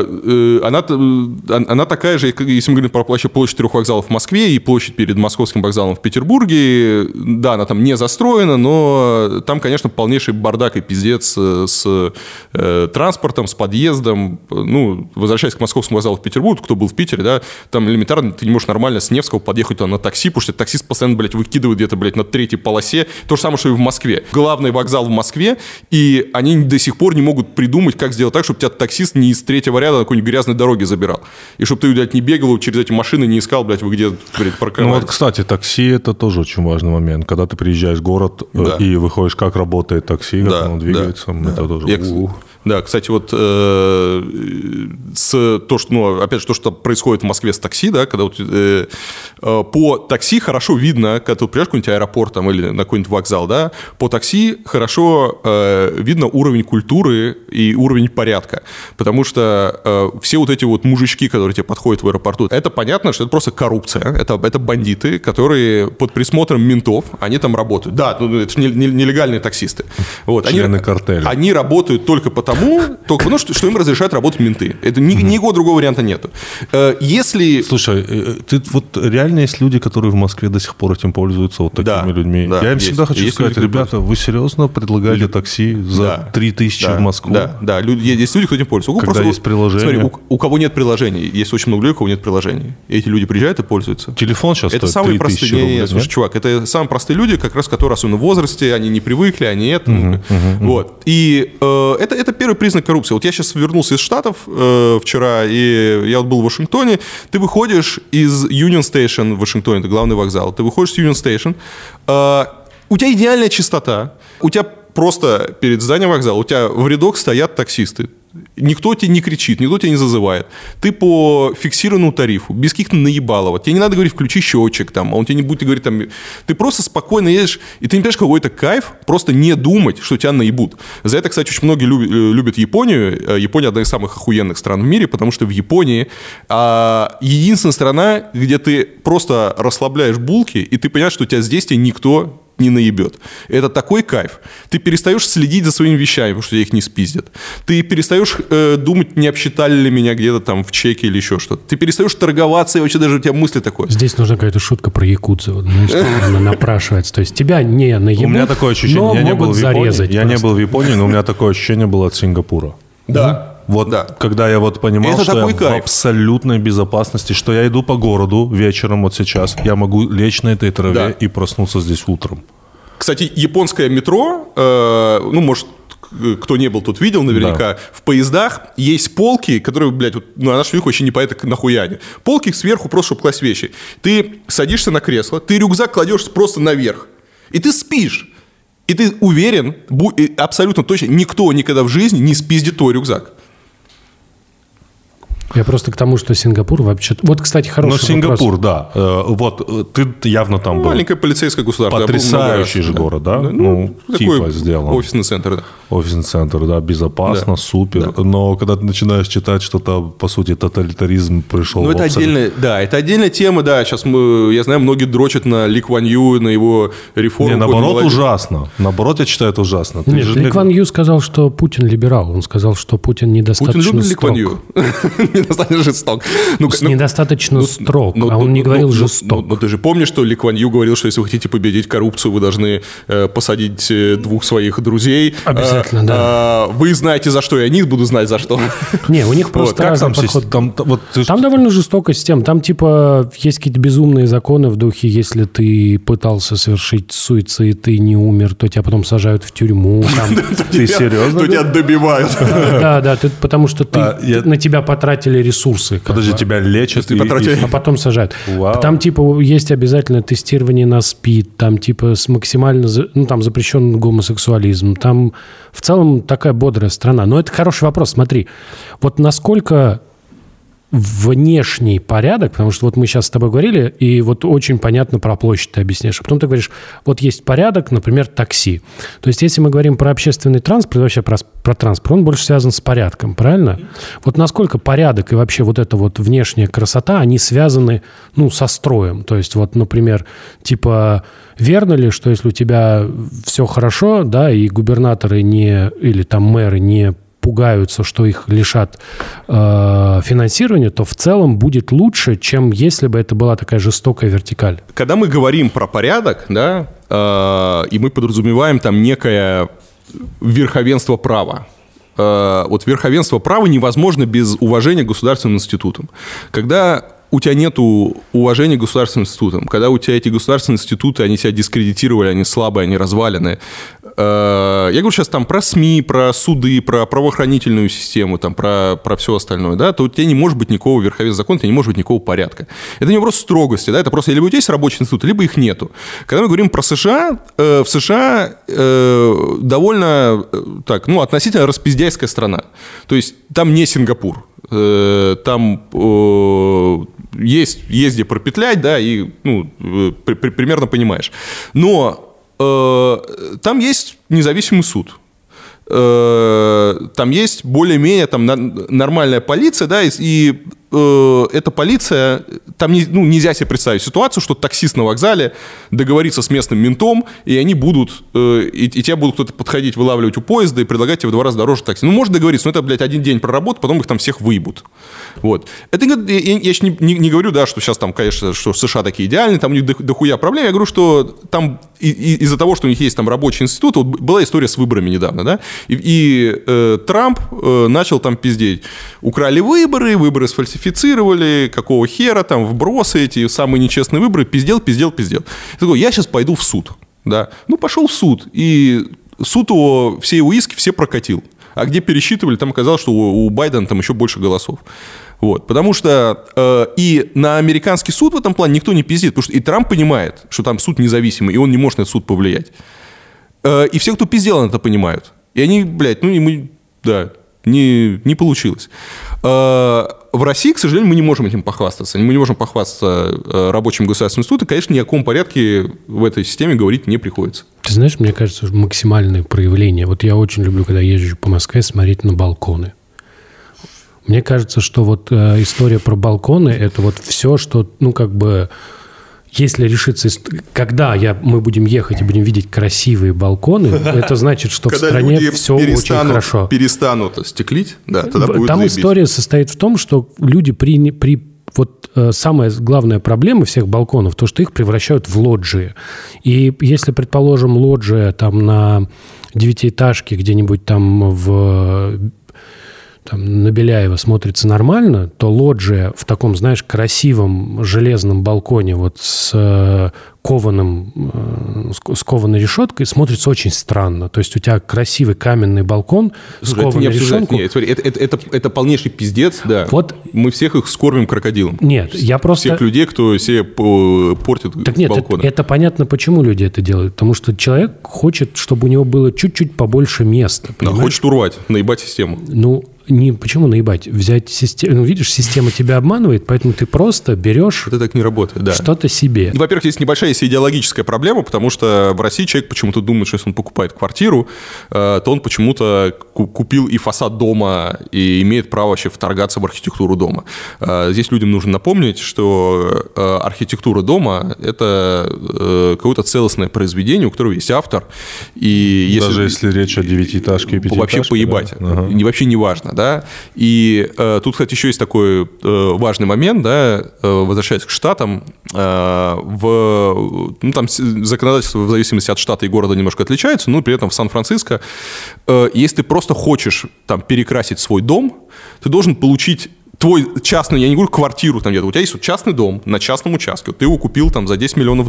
она такая же, если мы говорим про площадь 3 вокзалов в Москве и площадь перед Московским вокзалом в Петербурге, да, она там не застроена, но там, конечно, полнейший бардак и пиздец с транспортом, с подъездом. Ну, возвращаясь к Московскому вокзалу в Петербург, кто был в Питере, да, там элементарно ты не можешь нормально с Невского подъехать туда на такси, потому что таксист постоянно, блядь, выкидывает где-то, блядь, на 3-й полосе. То же самое, что и в Москве. Главный вокзал в Москве, и они до сих пор не могут придумать, как сделать так, чтобы тебя таксист не из 3-го ряда на какой-нибудь грязной дороге забирал. И чтобы ты, блядь, не бегал через эти машины, не искал, блядь, вы где, блядь, парковались. Ну вот, кстати, такси – это тоже очень важный момент. Когда ты приезжаешь в город и выходишь, как работает такси, как оно двигается, это тоже... Да, кстати, вот то, что, ну, опять же, то, что происходит в Москве с такси, да, когда вот, по такси хорошо видно, когда ты приезжаешь в какой-нибудь аэропорт там, или на какой-нибудь вокзал, да, по такси хорошо видно уровень культуры и уровень порядка, потому что все вот эти вот мужички, которые тебе подходят в аэропорту, это понятно, что это просто коррупция, это бандиты, которые под присмотром ментов, они там работают. Да, ну, это же нелегальные таксисты. Вот, члены картеля. Они работают только потому, что им разрешают работать менты. Это никакого другого варианта нету. Если... Слушай, вот реально есть люди, которые в Москве до сих пор этим пользуются, вот такими людьми. Да, я им всегда хочу сказать, ребята, вы серьезно предлагаете такси за 3000 в Москву? Да, есть люди, кто этим пользуется. Когда есть приложение. Смотри, у кого нет приложений, есть очень много людей, у кого нет приложений. И эти люди приезжают и пользуются. Телефон сейчас это стоит 3000 рублей. Слушай, чувак, это самые простые люди, как раз которые, особенно в возрасте, они не привыкли, они это. Вот. И это первый признак коррупции. Вот я сейчас вернулся из Штатов вчера, и я вот был в Вашингтоне. Ты выходишь из Union Station в Вашингтоне, это главный вокзал. Ты выходишь с Union Station, у тебя идеальная чистота, у тебя просто перед зданием вокзала, у тебя в рядок стоят таксисты. Никто тебе не кричит, никто тебя не зазывает. Ты по фиксированному тарифу, без каких-то наебалов. Тебе не надо говорить, включи счетчик, там, а он тебе не будет говорить, там, ты просто спокойно едешь, и ты не понимаешь, какой это кайф, просто не думать, что тебя наебут. За это, кстати, очень многие любят Японию. Япония одна из самых охуенных стран в мире, потому что в Японии единственная страна, где ты просто расслабляешь булки, и ты понимаешь, что тебя здесь никто не наебет. Это такой кайф. Ты перестаешь следить за своими вещами, потому что их не спиздят. Ты перестаешь думать, не обсчитали ли меня где-то там в чеке или еще что-то. Ты перестаешь торговаться, и вообще даже у тебя мысли такое. Здесь нужна какая-то шутка про якудзу. Вот, знаешь, она напрашивается. То есть тебя не наебут, у меня такое ощущение, но могут зарезать. Я не был в Японии, но у меня такое ощущение было от Сингапура. Да. Вот когда я вот понимал, это что я кайф. в абсолютной безопасности, что я иду по городу вечером вот сейчас, я могу лечь на этой траве и проснуться здесь утром. Кстати, японское метро, ну, может, кто не был тут, видел наверняка, в поездах есть полки, которые, блядь, вот, на наш век вообще не по это нахуя они. Полки сверху просто, чтобы класть вещи. Ты садишься на кресло, ты рюкзак кладешь просто наверх, и ты спишь. И ты уверен, абсолютно точно, никто никогда в жизни не спиздит твой рюкзак. Я просто к тому, что Сингапур вообще... Вот, кстати, хороший вопрос. Сингапур, да. Вот ты явно там был. Маленькое полицейское государство. Потрясающий же город, да? Ну, типа сделан. Офисный центр, да. Офисный центр, да, безопасно, супер. Да. Но когда ты начинаешь читать что-то, по сути, тоталитаризм пришел в это отдельная, да, это отдельная тема, да. Сейчас я знаю, многие дрочат на Ли Куан Ю, на его реформу. Не, наоборот, ужасно. Наоборот, я считаю, это ужасно. Нет, Ли Куан Ю сказал, что Путин либерал. Он сказал, что Путин недостаточно строг. Путин любит Ли Куан Ю. Недостаточно жесток. Недостаточно строг, а он не говорил жесток. Но ты же помнишь, что Ли Куан Ю говорил, что если вы хотите победить коррупцию, вы должны посадить 2 своих друзей. Обязательно, да. Вы знаете за что, и они будут знать за что. Не, у них просто разный подход. Там довольно жестокая система. Там типа есть какие-то безумные законы в духе, если ты пытался совершить суицид и не умер, то тебя потом сажают в тюрьму. Ты серьезно? То тебя добивают. Да, потому что на тебя потратили ресурсы. Подожди, тебя лечат, а потом сажают. Там типа есть обязательно тестирование на СПИД, там типа максимально, ну там запрещен гомосексуализм, там в целом такая бодрая страна. Но это хороший вопрос, смотри, вот насколько внешний порядок, потому что вот мы сейчас с тобой говорили, и вот очень понятно про площадь ты объясняешь. А потом ты говоришь, вот есть порядок, например, такси. То есть если мы говорим про общественный транспорт, вообще про транспорт, он больше связан с порядком, правильно? Вот насколько порядок и вообще вот эта вот внешняя красота, они связаны, ну, со строем. То есть вот, например, типа, верно ли, что если у тебя все хорошо, да, и губернаторы не, или там мэры не пугаются, что их лишат финансирования, то в целом будет лучше, чем если бы это была такая жестокая вертикаль. Когда мы говорим про порядок, да, и мы подразумеваем там некое верховенство права. Вот верховенство права невозможно без уважения к государственным институтам. Когда у тебя нет уважения к государственным институтам, когда у тебя эти государственные институты, они себя дискредитировали, они слабые, они развалены. Я говорю сейчас там про СМИ, про суды, про правоохранительную систему, там, про все остальное, да, то у тебя не может быть никакого верховенства закона, у тебя не может быть никакого порядка. Это не вопрос строгости, да, это просто либо у тебя есть рабочий институт, либо их нету. Когда мы говорим про США, в США довольно так, ну, относительно распиздяйская страна. То есть там не Сингапур. Там есть где пропетлять, да, и ну, примерно понимаешь. Но там есть независимый суд. Там есть более-менее там, нормальная полиция, да, и эта полиция, там нельзя себе представить ситуацию, что таксист на вокзале договорится с местным ментом, и они будут, и тебя будут кто-то подходить, вылавливать у поезда и предлагать тебе в 2 раза дороже такси. Ну, можно договориться, но это, блядь, 1 день проработать, потом их там всех выебут. Вот. Это, я еще не говорю, да, что сейчас там, конечно, что США такие идеальные, там у них дохуя проблем. Я говорю, что там из-за того, что у них есть там рабочий институт, вот была история с выборами недавно, да, и Трамп начал там пиздеть. Украли выборы сфальсифицировали, какого хера, там, вбросы эти, самые нечестные выборы, пиздел. Я такой, я сейчас пойду в суд, да. Ну, пошел в суд, и суд его, все его иски, все прокатил. А где пересчитывали, там оказалось, что у Байдена там еще больше голосов. Вот, потому что и на американский суд в этом плане никто не пиздит, потому что и Трамп понимает, что там суд независимый, и он не может на этот суд повлиять. И все, кто пиздел, на это понимают. И они, блядь, не получилось. В России, к сожалению, мы не можем этим похвастаться. Мы не можем похвастаться рабочим государственным институтом. Конечно, ни о каком порядке в этой системе говорить не приходится. Ты знаешь, мне кажется, максимальное проявление. Вот я очень люблю, когда езжу по Москве, смотреть на балконы. Мне кажется, что вот история про балконы – это вот все, что, ну, как бы, если решится... Когда мы будем ехать и будем видеть красивые балконы, это значит, что в стране все очень хорошо. Перестанут стеклить, да, тогда будет там заебись. История состоит в том, что люди вот самая главная проблема всех балконов, то, что их превращают в лоджии. И если, предположим, лоджия там на 9-этажке где-нибудь там на Беляева смотрится нормально, то лоджия в таком, знаешь, красивом железном балконе вот с кованой решеткой смотрится очень странно. То есть у тебя красивый каменный балкон с кованой решеткой. Нет, смотри, это полнейший пиздец, да. Вот. Мы всех их скормим крокодилом. Нет, я просто... Всех людей, кто себе портит так нет, балконы. Это понятно, почему люди это делают. Потому что человек хочет, чтобы у него было чуть-чуть побольше места. Да, хочет урвать, наебать систему. Почему наебать? Взять систему... видишь, система тебя обманывает, поэтому ты просто берешь... Это так не работает, да. Что-то себе. Во-первых, здесь небольшая идеологическая проблема, потому что в России человек почему-то думает, что если он покупает квартиру, то он почему-то купил и фасад дома, и имеет право вообще вторгаться в архитектуру дома. Здесь людям нужно напомнить, что архитектура дома – это какое-то целостное произведение, у которого есть автор. И даже если речь о 9-этажке и 5-этажке. Вообще поебать. Да? Ага. Вообще не важно. Да? И тут, кстати, еще есть такой важный момент, да, возвращаясь к Штатам, там законодательство в зависимости от штата и города немножко отличается, но при этом в Сан-Франциско, если ты просто хочешь там перекрасить свой дом, ты должен получить твой частный, я не говорю квартиру там где-то, у тебя есть вот частный дом на частном участке, вот ты его купил там за $10 миллионов,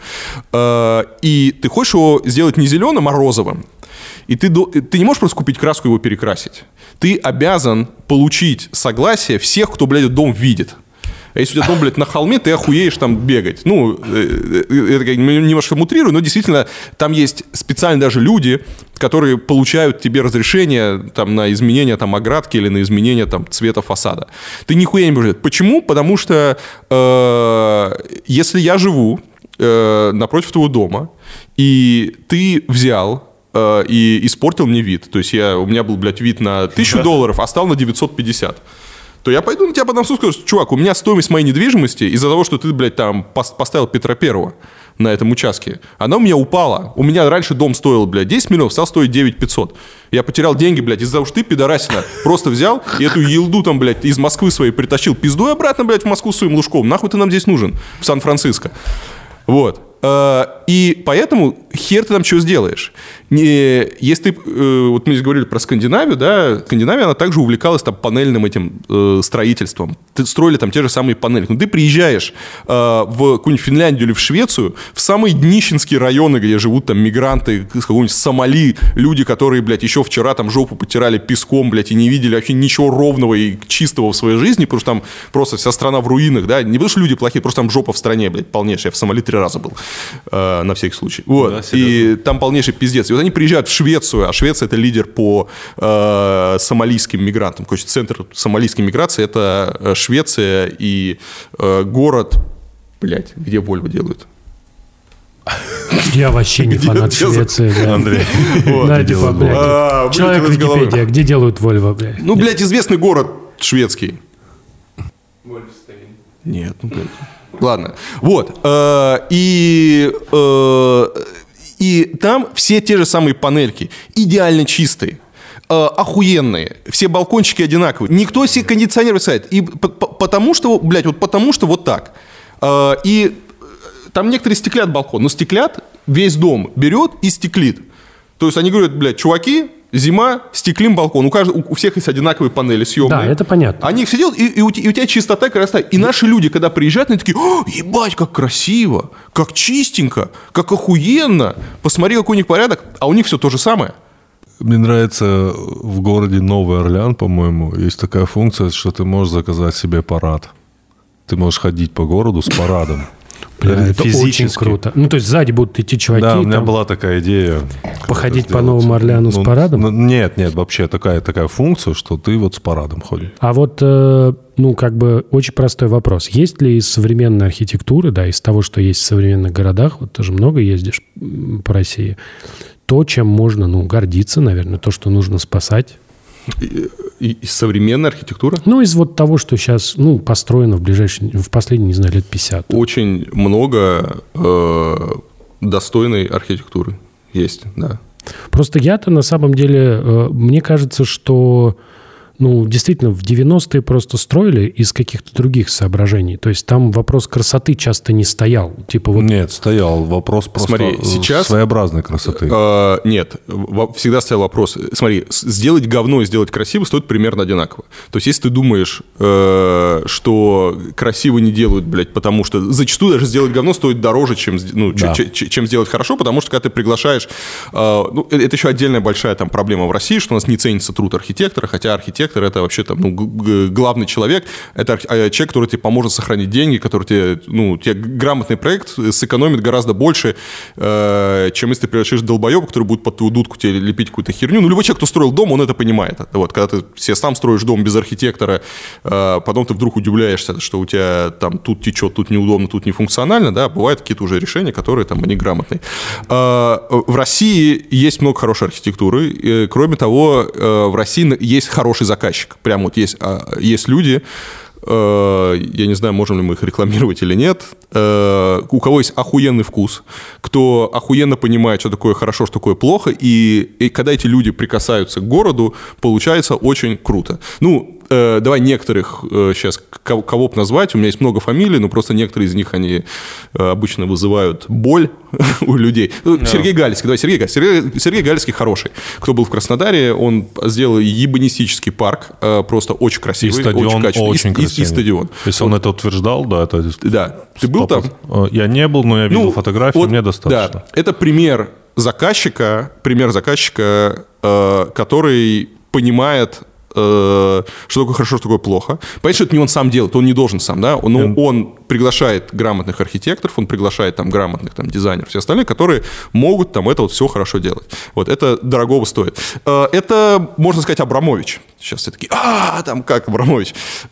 и ты хочешь его сделать не зеленым, а розовым, и ты не можешь просто купить краску и его перекрасить. Ты обязан получить согласие всех, кто, блядь, дом видит. А если у тебя дом, блядь, на холме, ты охуеешь там бегать. Ну, это я немножко мутрирую, но действительно там есть специально даже люди, которые получают тебе разрешение там, на изменение там, оградки или на изменение там, цвета фасада. Ты нихуя не можешь. Почему? Потому что если я живу напротив твоего дома, и ты взял и испортил мне вид, то есть у меня был, блядь, вид на $1000, а стал на 950, то я пойду на тебя потом скажу, чувак, у меня стоимость моей недвижимости из-за того, что ты, блядь, там поставил Петра Первого на этом участке, она у меня упала. У меня раньше дом стоил, блядь, 10 миллионов, стал стоить 9500. Я потерял деньги, блядь, из-за того, что ты, пидорасина, просто взял и эту елду там, блядь, из Москвы своей притащил пиздой обратно, блядь, в Москву с своим лужком. Нахуй ты нам здесь нужен? В Сан-Франциско. Вот. И поэтому хер ты там что сделаешь? Если ты, вот мы здесь говорили про Скандинавию, да, Скандинавия, она также увлекалась там панельным этим строительством. Строили там те же самые панели. Но ты приезжаешь в какую-нибудь Финляндию или в Швецию, в самые днищенские районы, где живут там мигранты с какого-нибудь Сомали, люди, которые, блядь, еще вчера там жопу потирали песком, блядь, и не видели вообще ничего ровного и чистого в своей жизни, потому что там просто вся страна в руинах, да, не потому что люди плохие, просто там жопа в стране, блядь, полнейшая. Я в Сомали 3 раза был. На всякий случай. Вот. Да, и там полнейший пиздец. И вот они приезжают в Швецию, а Швеция – это лидер по сомалийским мигрантам. Короче, центр сомалийской миграции – это Швеция и город, блядь, где Volvo делают. Я вообще не фанат Швеции, Андрей. Человек Википедия, где делают Volvo, блядь? Ну, блядь, известный город шведский. Нет, ну, блядь. Ладно. Вот. И там все те же самые панельки. Идеально чистые. Охуенные. Все балкончики одинаковые. Никто себе кондиционер ставит. И потому что, блядь, вот потому что вот так. И там некоторые стеклят балкон. Но стеклят весь дом. Берет и стеклит. То есть они говорят, блядь, чуваки, зима, стеклим балкон. У всех есть одинаковые панели съемные. Да, это понятно. Они все делают, и у тебя чистота, красота. И наши люди, когда приезжают, они такие: ебать, как красиво, как чистенько, как охуенно. Посмотри, какой у них порядок. А у них все то же самое. Мне нравится в городе Новый Орлеан, по-моему, есть такая функция, что ты можешь заказать себе парад. Ты можешь ходить по городу с парадом. Бля, это очень круто. Ну, то есть сзади будут идти чуваки. Да, у меня была такая идея. Походить по Новому Орлеану с парадом? Нет, вообще такая функция, что ты вот с парадом ходишь. А вот, как бы очень простой вопрос. Есть ли из современной архитектуры, да, из того, что есть в современных городах, вот ты же много ездишь по России, то, чем можно, гордиться, наверное, то, что нужно спасать? Из современной архитектуры? Из вот того, что сейчас, построено в последние, не знаю, лет 50. Очень много достойной архитектуры есть, да. Просто я-то на самом деле, мне кажется, что... действительно, в 90-е просто строили из каких-то других соображений. То есть там вопрос красоты часто не стоял. Нет, стоял вопрос просто своеобразной красоты. Нет, всегда стоял вопрос. Смотри, сделать говно и сделать красиво стоит примерно одинаково. То есть если ты думаешь, что красиво не делают, блядь, потому что зачастую даже сделать говно стоит дороже, чем сделать хорошо, потому что когда ты приглашаешь... это еще отдельная большая там проблема в России, что у нас не ценится труд архитектора, хотя архитектор это вообще главный человек, это человек, который тебе поможет сохранить деньги, который тебе грамотный проект сэкономит гораздо больше, чем если ты приглашаешь долбоеба, который будет под твою дудку тебе лепить какую-то херню. Любой человек, кто строил дом, он это понимает. Вот, когда ты себе сам строишь дом без архитектора, потом ты вдруг удивляешься, что у тебя там тут течет, тут неудобно, тут нефункционально, да, бывают какие-то уже решения, которые там они грамотные. В России есть много хорошей архитектуры, и, кроме того, в России есть хороший заказчик. Прям вот есть люди, я не знаю, можем ли мы их рекламировать или нет, у кого есть охуенный вкус, кто охуенно понимает, что такое хорошо, что такое плохо, и когда эти люди прикасаются к городу, получается очень круто. Давай некоторых сейчас, кого бы назвать, у меня есть много фамилий, но просто некоторые из них, они обычно вызывают боль у людей. Сергей Галицкий, давай Сергей Галицкий. Сергей Галицкий хороший. Кто был в Краснодаре, он сделал ебанистический парк, просто очень красивый, и стадион очень качественный. Очень красивый. И стадион. Если он это утверждал, да, это... Да. Ты был там? Я не был, но я видел фотографии, мне достаточно. Да, это пример заказчика, который понимает что такое хорошо, что такое плохо. Понятно, что это не он сам делает, он не должен сам, да, но он приглашает грамотных архитекторов, он приглашает там грамотных там дизайнеров, все остальные, которые могут там это вот все хорошо делать. Вот, это дорогого стоит. Это, можно сказать, Абрамович. Сейчас все такие, там как Абрамович?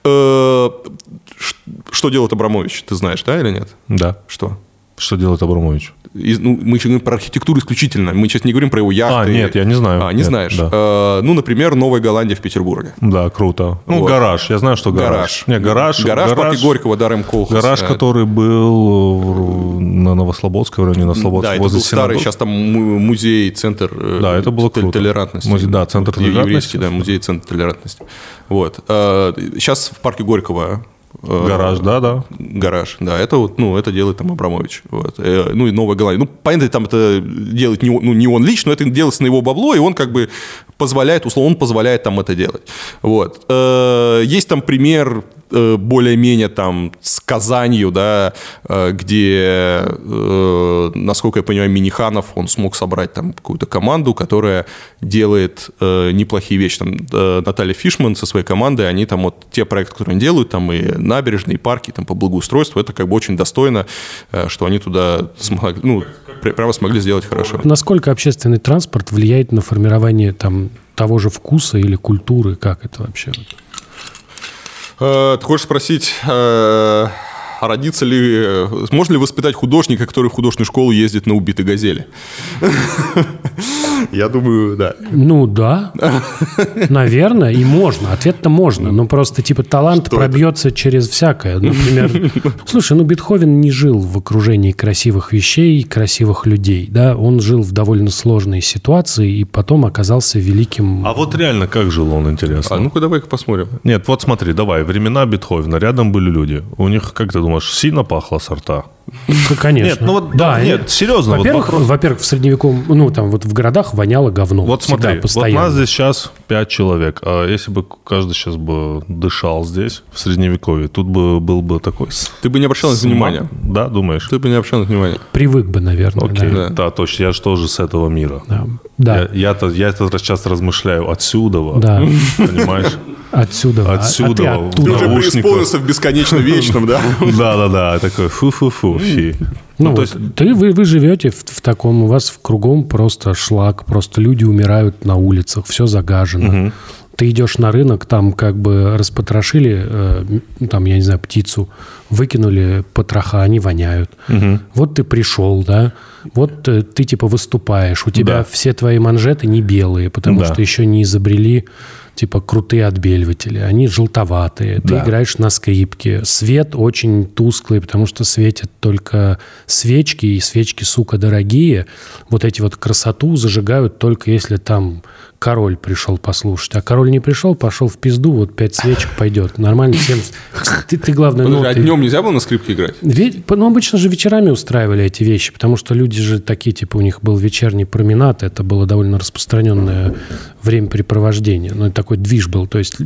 Что делает Абрамович, ты знаешь, да, или нет? Да. Что? Что делает Абрамович? Мы сейчас говорим про архитектуру исключительно. Мы сейчас не говорим про его яхты. Нет, я не знаю. Не знаешь. Да. Например, Новая Голландия в Петербурге. Да, круто. Вот. Гараж. Я знаю, что гараж. Гараж в парке Горького, Дарем Колхоз. Гараж, который был на Новослободской, в районе Новослободска, возле синагоги. Старый, сейчас там музей, центр это было толерантности. Да, центр толерантности. Еврейский, да, музей, центр толерантности. Вот. Сейчас в парке Горького гараж, да. Гараж, да, это вот, это делает там Абрамович. Вот. И Новая Голландия. Понятно, там это делает не он лично, но это делается на его бабло, и он как бы позволяет, условно, он позволяет там это делать. Вот. Есть там пример более-менее там с Казанью, да, где, насколько я понимаю, Миниханов, он смог собрать там какую-то команду, которая делает неплохие вещи. Там Наталья Фишман со своей командой, они там вот те проекты, которые они делают, там и набережные, и парки там по благоустройству, это как бы очень достойно, что они туда смогли, прямо смогли сделать хорошо. Насколько общественный транспорт влияет на формирование там того же вкуса или культуры, как это вообще? Ты хочешь спросить, родится ли, можно ли воспитать художника, который в художественную школу ездит на убитой «Газели»? Я думаю, да. Да, наверное, и можно. Ответ-то можно, но просто типа талант пробьется через всякое. Например, слушай, Бетховен не жил в окружении красивых вещей, красивых людей, да, он жил в довольно сложной ситуации и потом оказался великим... А вот реально как жил он, интересно? Ну-ка давай-ка посмотрим. Нет, вот смотри, давай, времена Бетховена, рядом были люди. У них, как ты думаешь, сильно пахло с рта? Конечно. Нет, нет, серьезно. Во-первых, в средневековом, там вот в городах воняло говно. Вот смотри, постоянно. Вот нас здесь сейчас 5 человек, а если бы каждый сейчас бы дышал здесь, в Средневековье, тут бы был бы такой... Ты бы не обращал на внимания. Да, думаешь? Ты бы не обращал на внимания. Привык бы, наверное. Окей, да, точно, я же тоже с этого мира. Да. Я сейчас размышляю отсюда, понимаешь? Отсюда. Ты уже преисполнился в бесконечно вечном, да? Да, такой фу-фу-фу. То есть вы живете в таком, у вас кругом просто шлак, просто люди умирают на улицах, все загажено. Ты идешь на рынок, там как бы распотрошили, там, я не знаю, птицу, выкинули потроха, они воняют. Вот ты пришел, да, вот ты типа выступаешь, у тебя все твои манжеты не белые, потому что еще не изобрели типа крутые отбеливатели, они желтоватые, ты играешь на скрипке, свет очень тусклый, потому что светят только свечки, и свечки, сука, дорогие, вот эти вот красоту зажигают только если там король пришел послушать, а король не пришел, пошел в пизду, вот 5 свечек пойдет, нормально всем. Ты главное... А днем нельзя было на скрипке играть? Обычно же вечерами устраивали эти вещи, потому что люди же такие, типа, у них был вечерний променад, это было довольно распространенное времяпрепровождение, но такой движ был, то есть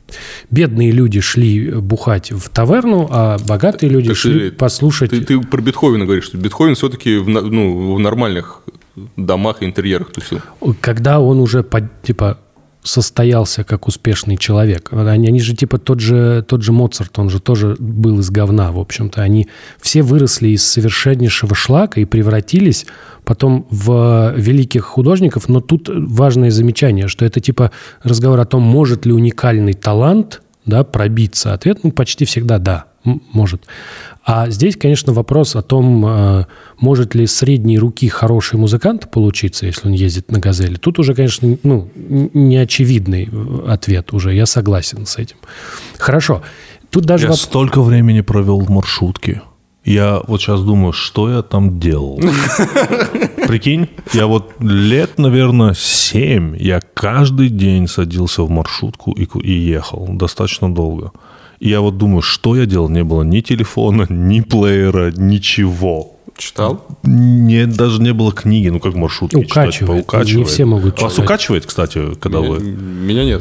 бедные люди шли бухать в таверну, а богатые люди шли послушать... Ты про Бетховена говоришь, что Бетховен все-таки в нормальных домах и интерьерах тусил. Когда он уже, состоялся как успешный человек. Они же, тот же Моцарт, он же тоже был из говна, в общем-то. Они все выросли из совершеннейшего шлака и превратились потом в великих художников. Но тут важное замечание, что это разговор о том, может ли уникальный талант пробиться. Ответ почти всегда да, может. А здесь, конечно, вопрос о том, может ли средней руки хороший музыкант получиться, если он ездит на «Газели». Тут уже, конечно, неочевидный ответ уже. Я согласен с этим. Хорошо. Тут даже я столько времени провел в маршрутке. Я вот сейчас думаю, что я там делал. Прикинь, я вот лет, наверное, 7, я каждый день садился в маршрутку и ехал достаточно долго. И я вот думаю, что я делал? Не было ни телефона, ни плеера, ничего. Читал? Нет, даже не было книги. Как маршрутки читать? Укачивает. Не все могут читать. Вас укачивает, кстати, когда вы... Меня нет.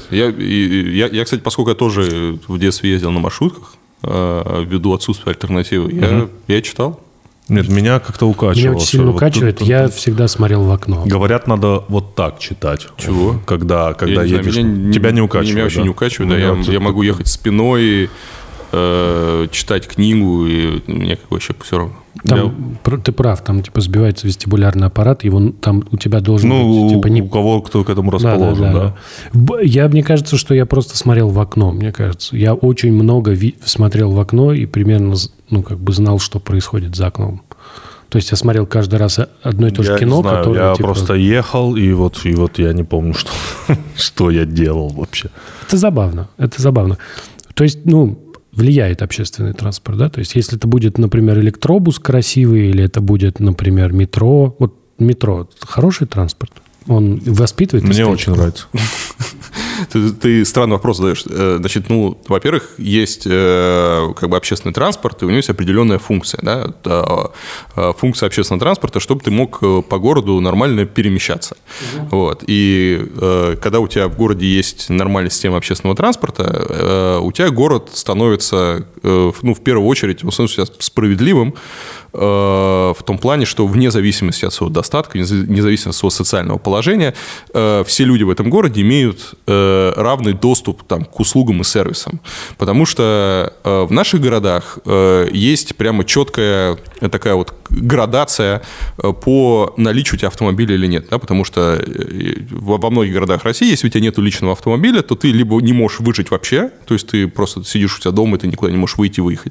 Я, кстати, поскольку я тоже в детстве ездил на маршрутках, ввиду отсутствия альтернативы, я читал. Нет, меня как-то укачивало. Меня очень сильно укачивает, я всегда смотрел в окно. Говорят, надо вот так читать. Чего? Когда едешь. Тебя не укачивает, меня вообще не укачивает, я могу ехать спиной, читать книгу, и мне вообще все равно. Там, ты прав, там типа сбивается вестибулярный аппарат, его там у тебя должен быть... Типа, у кого кто к этому расположен, да. Мне кажется, что я просто смотрел в окно, мне кажется. Я очень много смотрел в окно и примерно, знал, что происходит за окном. То есть я смотрел каждый раз одно и то же кино, которое... Я просто ехал, и вот я не помню, что я делал вообще. Это забавно. То есть, влияет общественный транспорт, да? То есть, если это будет, например, электробус красивый, или это будет, например, метро. Вот метро – хороший транспорт. Он воспитывает эстетику. Мне очень нравится. Ты странный вопрос задаешь. Значит, во-первых, есть общественный транспорт, и у него есть определенная функция. Да? Функция общественного транспорта, чтобы ты мог по городу нормально перемещаться. Вот. И когда у тебя в городе есть нормальная система общественного транспорта, у тебя город становится, в первую очередь, он становится справедливым, в том плане, что вне зависимости от своего достатка, вне зависимости от своего социального положения, все люди в этом городе имеют равный доступ к услугам и сервисам. Потому что в наших городах есть прямо четкая такая вот градация по наличию у тебя автомобиля или нет. Да? Потому что во многих городах России, если у тебя нет личного автомобиля, то ты либо не можешь выжить вообще, то есть ты просто сидишь у тебя дома, и ты никуда не можешь выйти и выехать,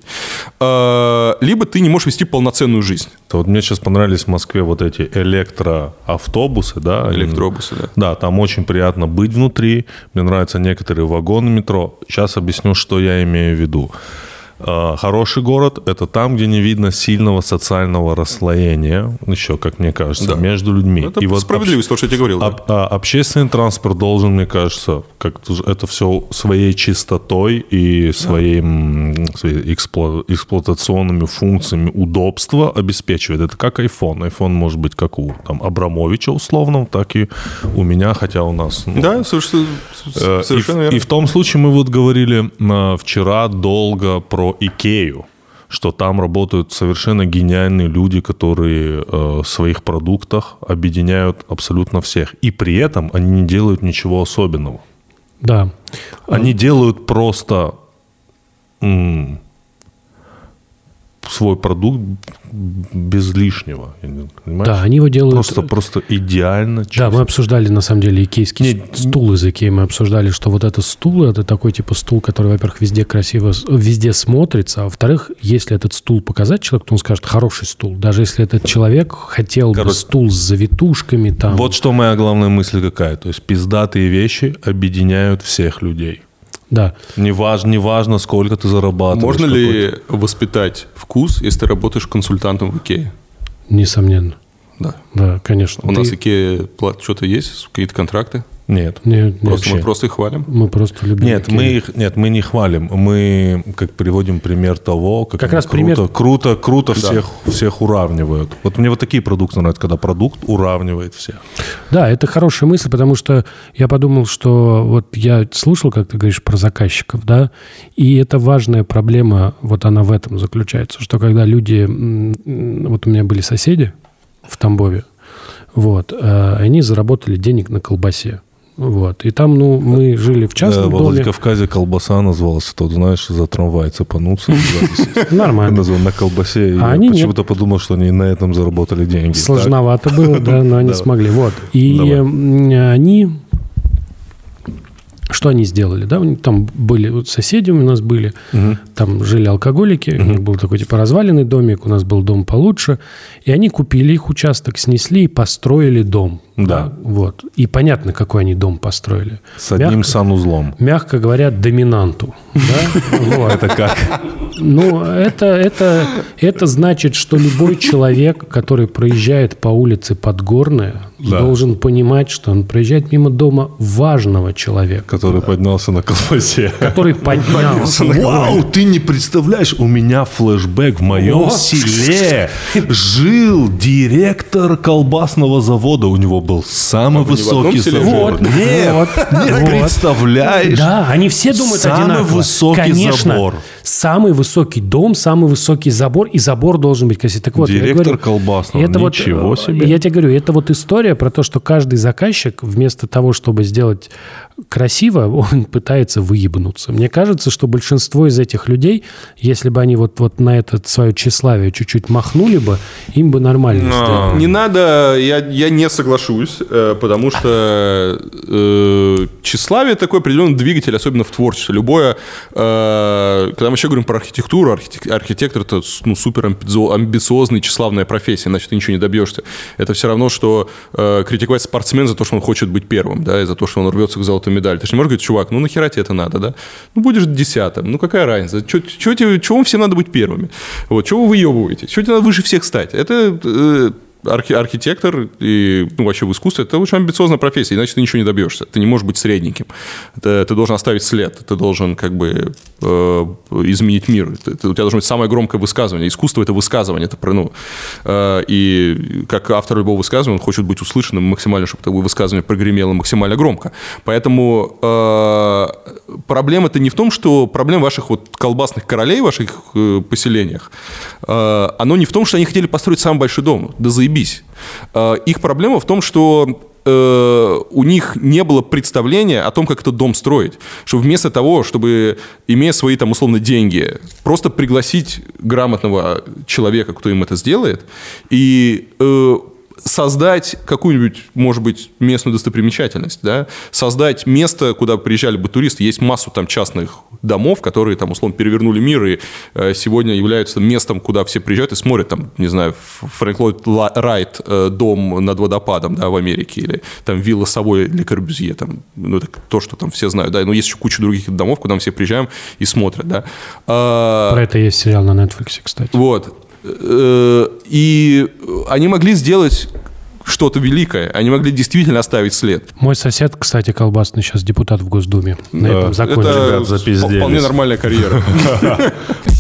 либо ты не можешь вести полноценную жизнь. Вот мне сейчас понравились в Москве вот эти электроавтобусы, да? Электробусы, да. Да, там очень приятно быть внутри. Мне нравятся некоторые вагоны метро. Сейчас объясню, что я имею в виду. Хороший город – это там, где не видно сильного социального расслоения, еще, как мне кажется, да, между людьми. Это и справедливость, то, что я тебе говорил. Да? Общественный транспорт должен, мне кажется, это все своей чистотой и своей эксплуатационными функциями удобства обеспечивает. Это как iPhone. iPhone может быть как у Абрамовича условно, так и у меня, хотя у нас... Да, совершенно верно. И в том случае мы вот говорили вчера долго про Икею, что там работают совершенно гениальные люди, которые в своих продуктах объединяют абсолютно всех. И при этом они не делают ничего особенного. Да. Они делают просто свой продукт без лишнего. Понимаешь? Да, они его делают... Просто идеально чисто. Да, мы обсуждали, на самом деле, икейский стул из Икеи. Мы обсуждали, что вот этот стул, это такой типа стул, который, во-первых, везде красиво, везде смотрится, а во-вторых, если этот стул показать человеку, то он скажет, хороший стул. Даже если этот человек хотел бы стул с завитушками там. Вот что моя главная мысль какая. То есть пиздатые вещи объединяют всех людей. Да. Неважно, сколько ты зарабатываешь. Можно ли воспитать вкус, если ты работаешь консультантом в Икее? Несомненно. Да. Да, конечно. У нас Икея что-то есть? Какие-то контракты? Нет. Мы просто их хвалим? Мы просто любим Икею. Мы не хвалим. Мы приводим пример того, как раз круто всех уравнивают. Вот мне вот такие продукты нравятся, когда продукт уравнивает всех. Да, это хорошая мысль, потому что я подумал, что вот я слушал, как ты говоришь про заказчиков, да, и это важная проблема, вот она в этом заключается, что когда люди... Вот у меня были соседи в Тамбове, вот, они заработали денег на колбасе. Вот. И там, мы жили в частном доме. В Владикавказе колбаса называлась. Тот, знаешь, за трамвай цепануться. Нормально. На колбасе. Я почему-то подумал, что они на этом заработали деньги. Сложновато было, да, но они смогли. Вот. И они... Что они сделали? Да? Там были соседи у нас были, там жили алкоголики, у них был такой типа разваленный домик, у нас был дом получше, и они купили их участок, снесли и построили дом. Да. Вот. И понятно, какой они дом построили. С одним санузлом. Мягко говоря, доминанту. Это как? Это значит, что любой человек, который проезжает по улице Подгорная, должен понимать, что он проезжает мимо дома важного человека. который поднялся на колбасе. Который поднялся. Вау, ты не представляешь, у меня флешбэк. В моем селе жил директор колбасного завода. У него был самый высокий забор. Нет, представляешь? Да, они все думают одинаково. Самый высокий забор. Самый высокий дом, самый высокий забор, и забор должен быть красивый. Так вот, директор колбасного, ничего себе. Я тебе говорю, это вот история про то, что каждый заказчик вместо того, чтобы сделать красиво, он пытается выебнуться. Мне кажется, что большинство из этих людей, если бы они вот на это свое тщеславие чуть-чуть махнули бы, им бы нормально сделали. Не надо, я не соглашусь, потому что тщеславие такой определенный двигатель, особенно в творчестве. Любое, когда мы еще говорим про архитектуру, архитектор – это супер амбициозная, тщеславная профессия, иначе ты ничего не добьешься. Это все равно, что критиковать спортсмена за то, что он хочет быть первым, да, и за то, что он рвется к золотой медали. Ты же не можешь говорить, чувак, ну нахера тебе это надо, да? Ну будешь 10-м, ну какая разница? Чего вам всем надо быть первыми? Вот, чего вы выебываете? Чего тебе надо выше всех стать? Это... архитектор и вообще в искусстве – это очень амбициозная профессия, иначе ты ничего не добьешься. Ты не можешь быть средненьким. Ты должен оставить след, ты должен как бы изменить мир. У тебя должно быть самое громкое высказывание. Искусство – это высказывание. И как автор любого высказывания, он хочет быть услышанным максимально, чтобы такое высказывание прогремело максимально громко. Поэтому проблема-то не в том, что проблема ваших вот колбасных королей в ваших поселениях, оно не в том, что они хотели построить самый большой дом. Да заебись. Их проблема в том, что у них не было представления о том, как этот дом строить. Что вместо того, чтобы, имея свои там условно деньги, просто пригласить грамотного человека, кто им это сделает, и создать какую-нибудь, может быть, местную достопримечательность, да? Создать место, куда приезжали бы туристы. Есть массу там частных домов, которые там, условно, перевернули мир и сегодня являются местом, куда все приезжают и смотрят, там, не знаю, Фрэнк Ллойд Райт, дом над водопадом, да, в Америке, или там вилла Савой Ле Корбюзье, там, ну, это то, что там все знают, да, но есть еще куча других домов, куда мы все приезжаем и смотрят, да. Про это есть сериал на Netflix, кстати. Вот. И они могли сделать что-то великое. Они могли действительно оставить след. Мой сосед, кстати, колбасный, сейчас депутат в Госдуме. На этом закончим. Это вполне нормальная карьера.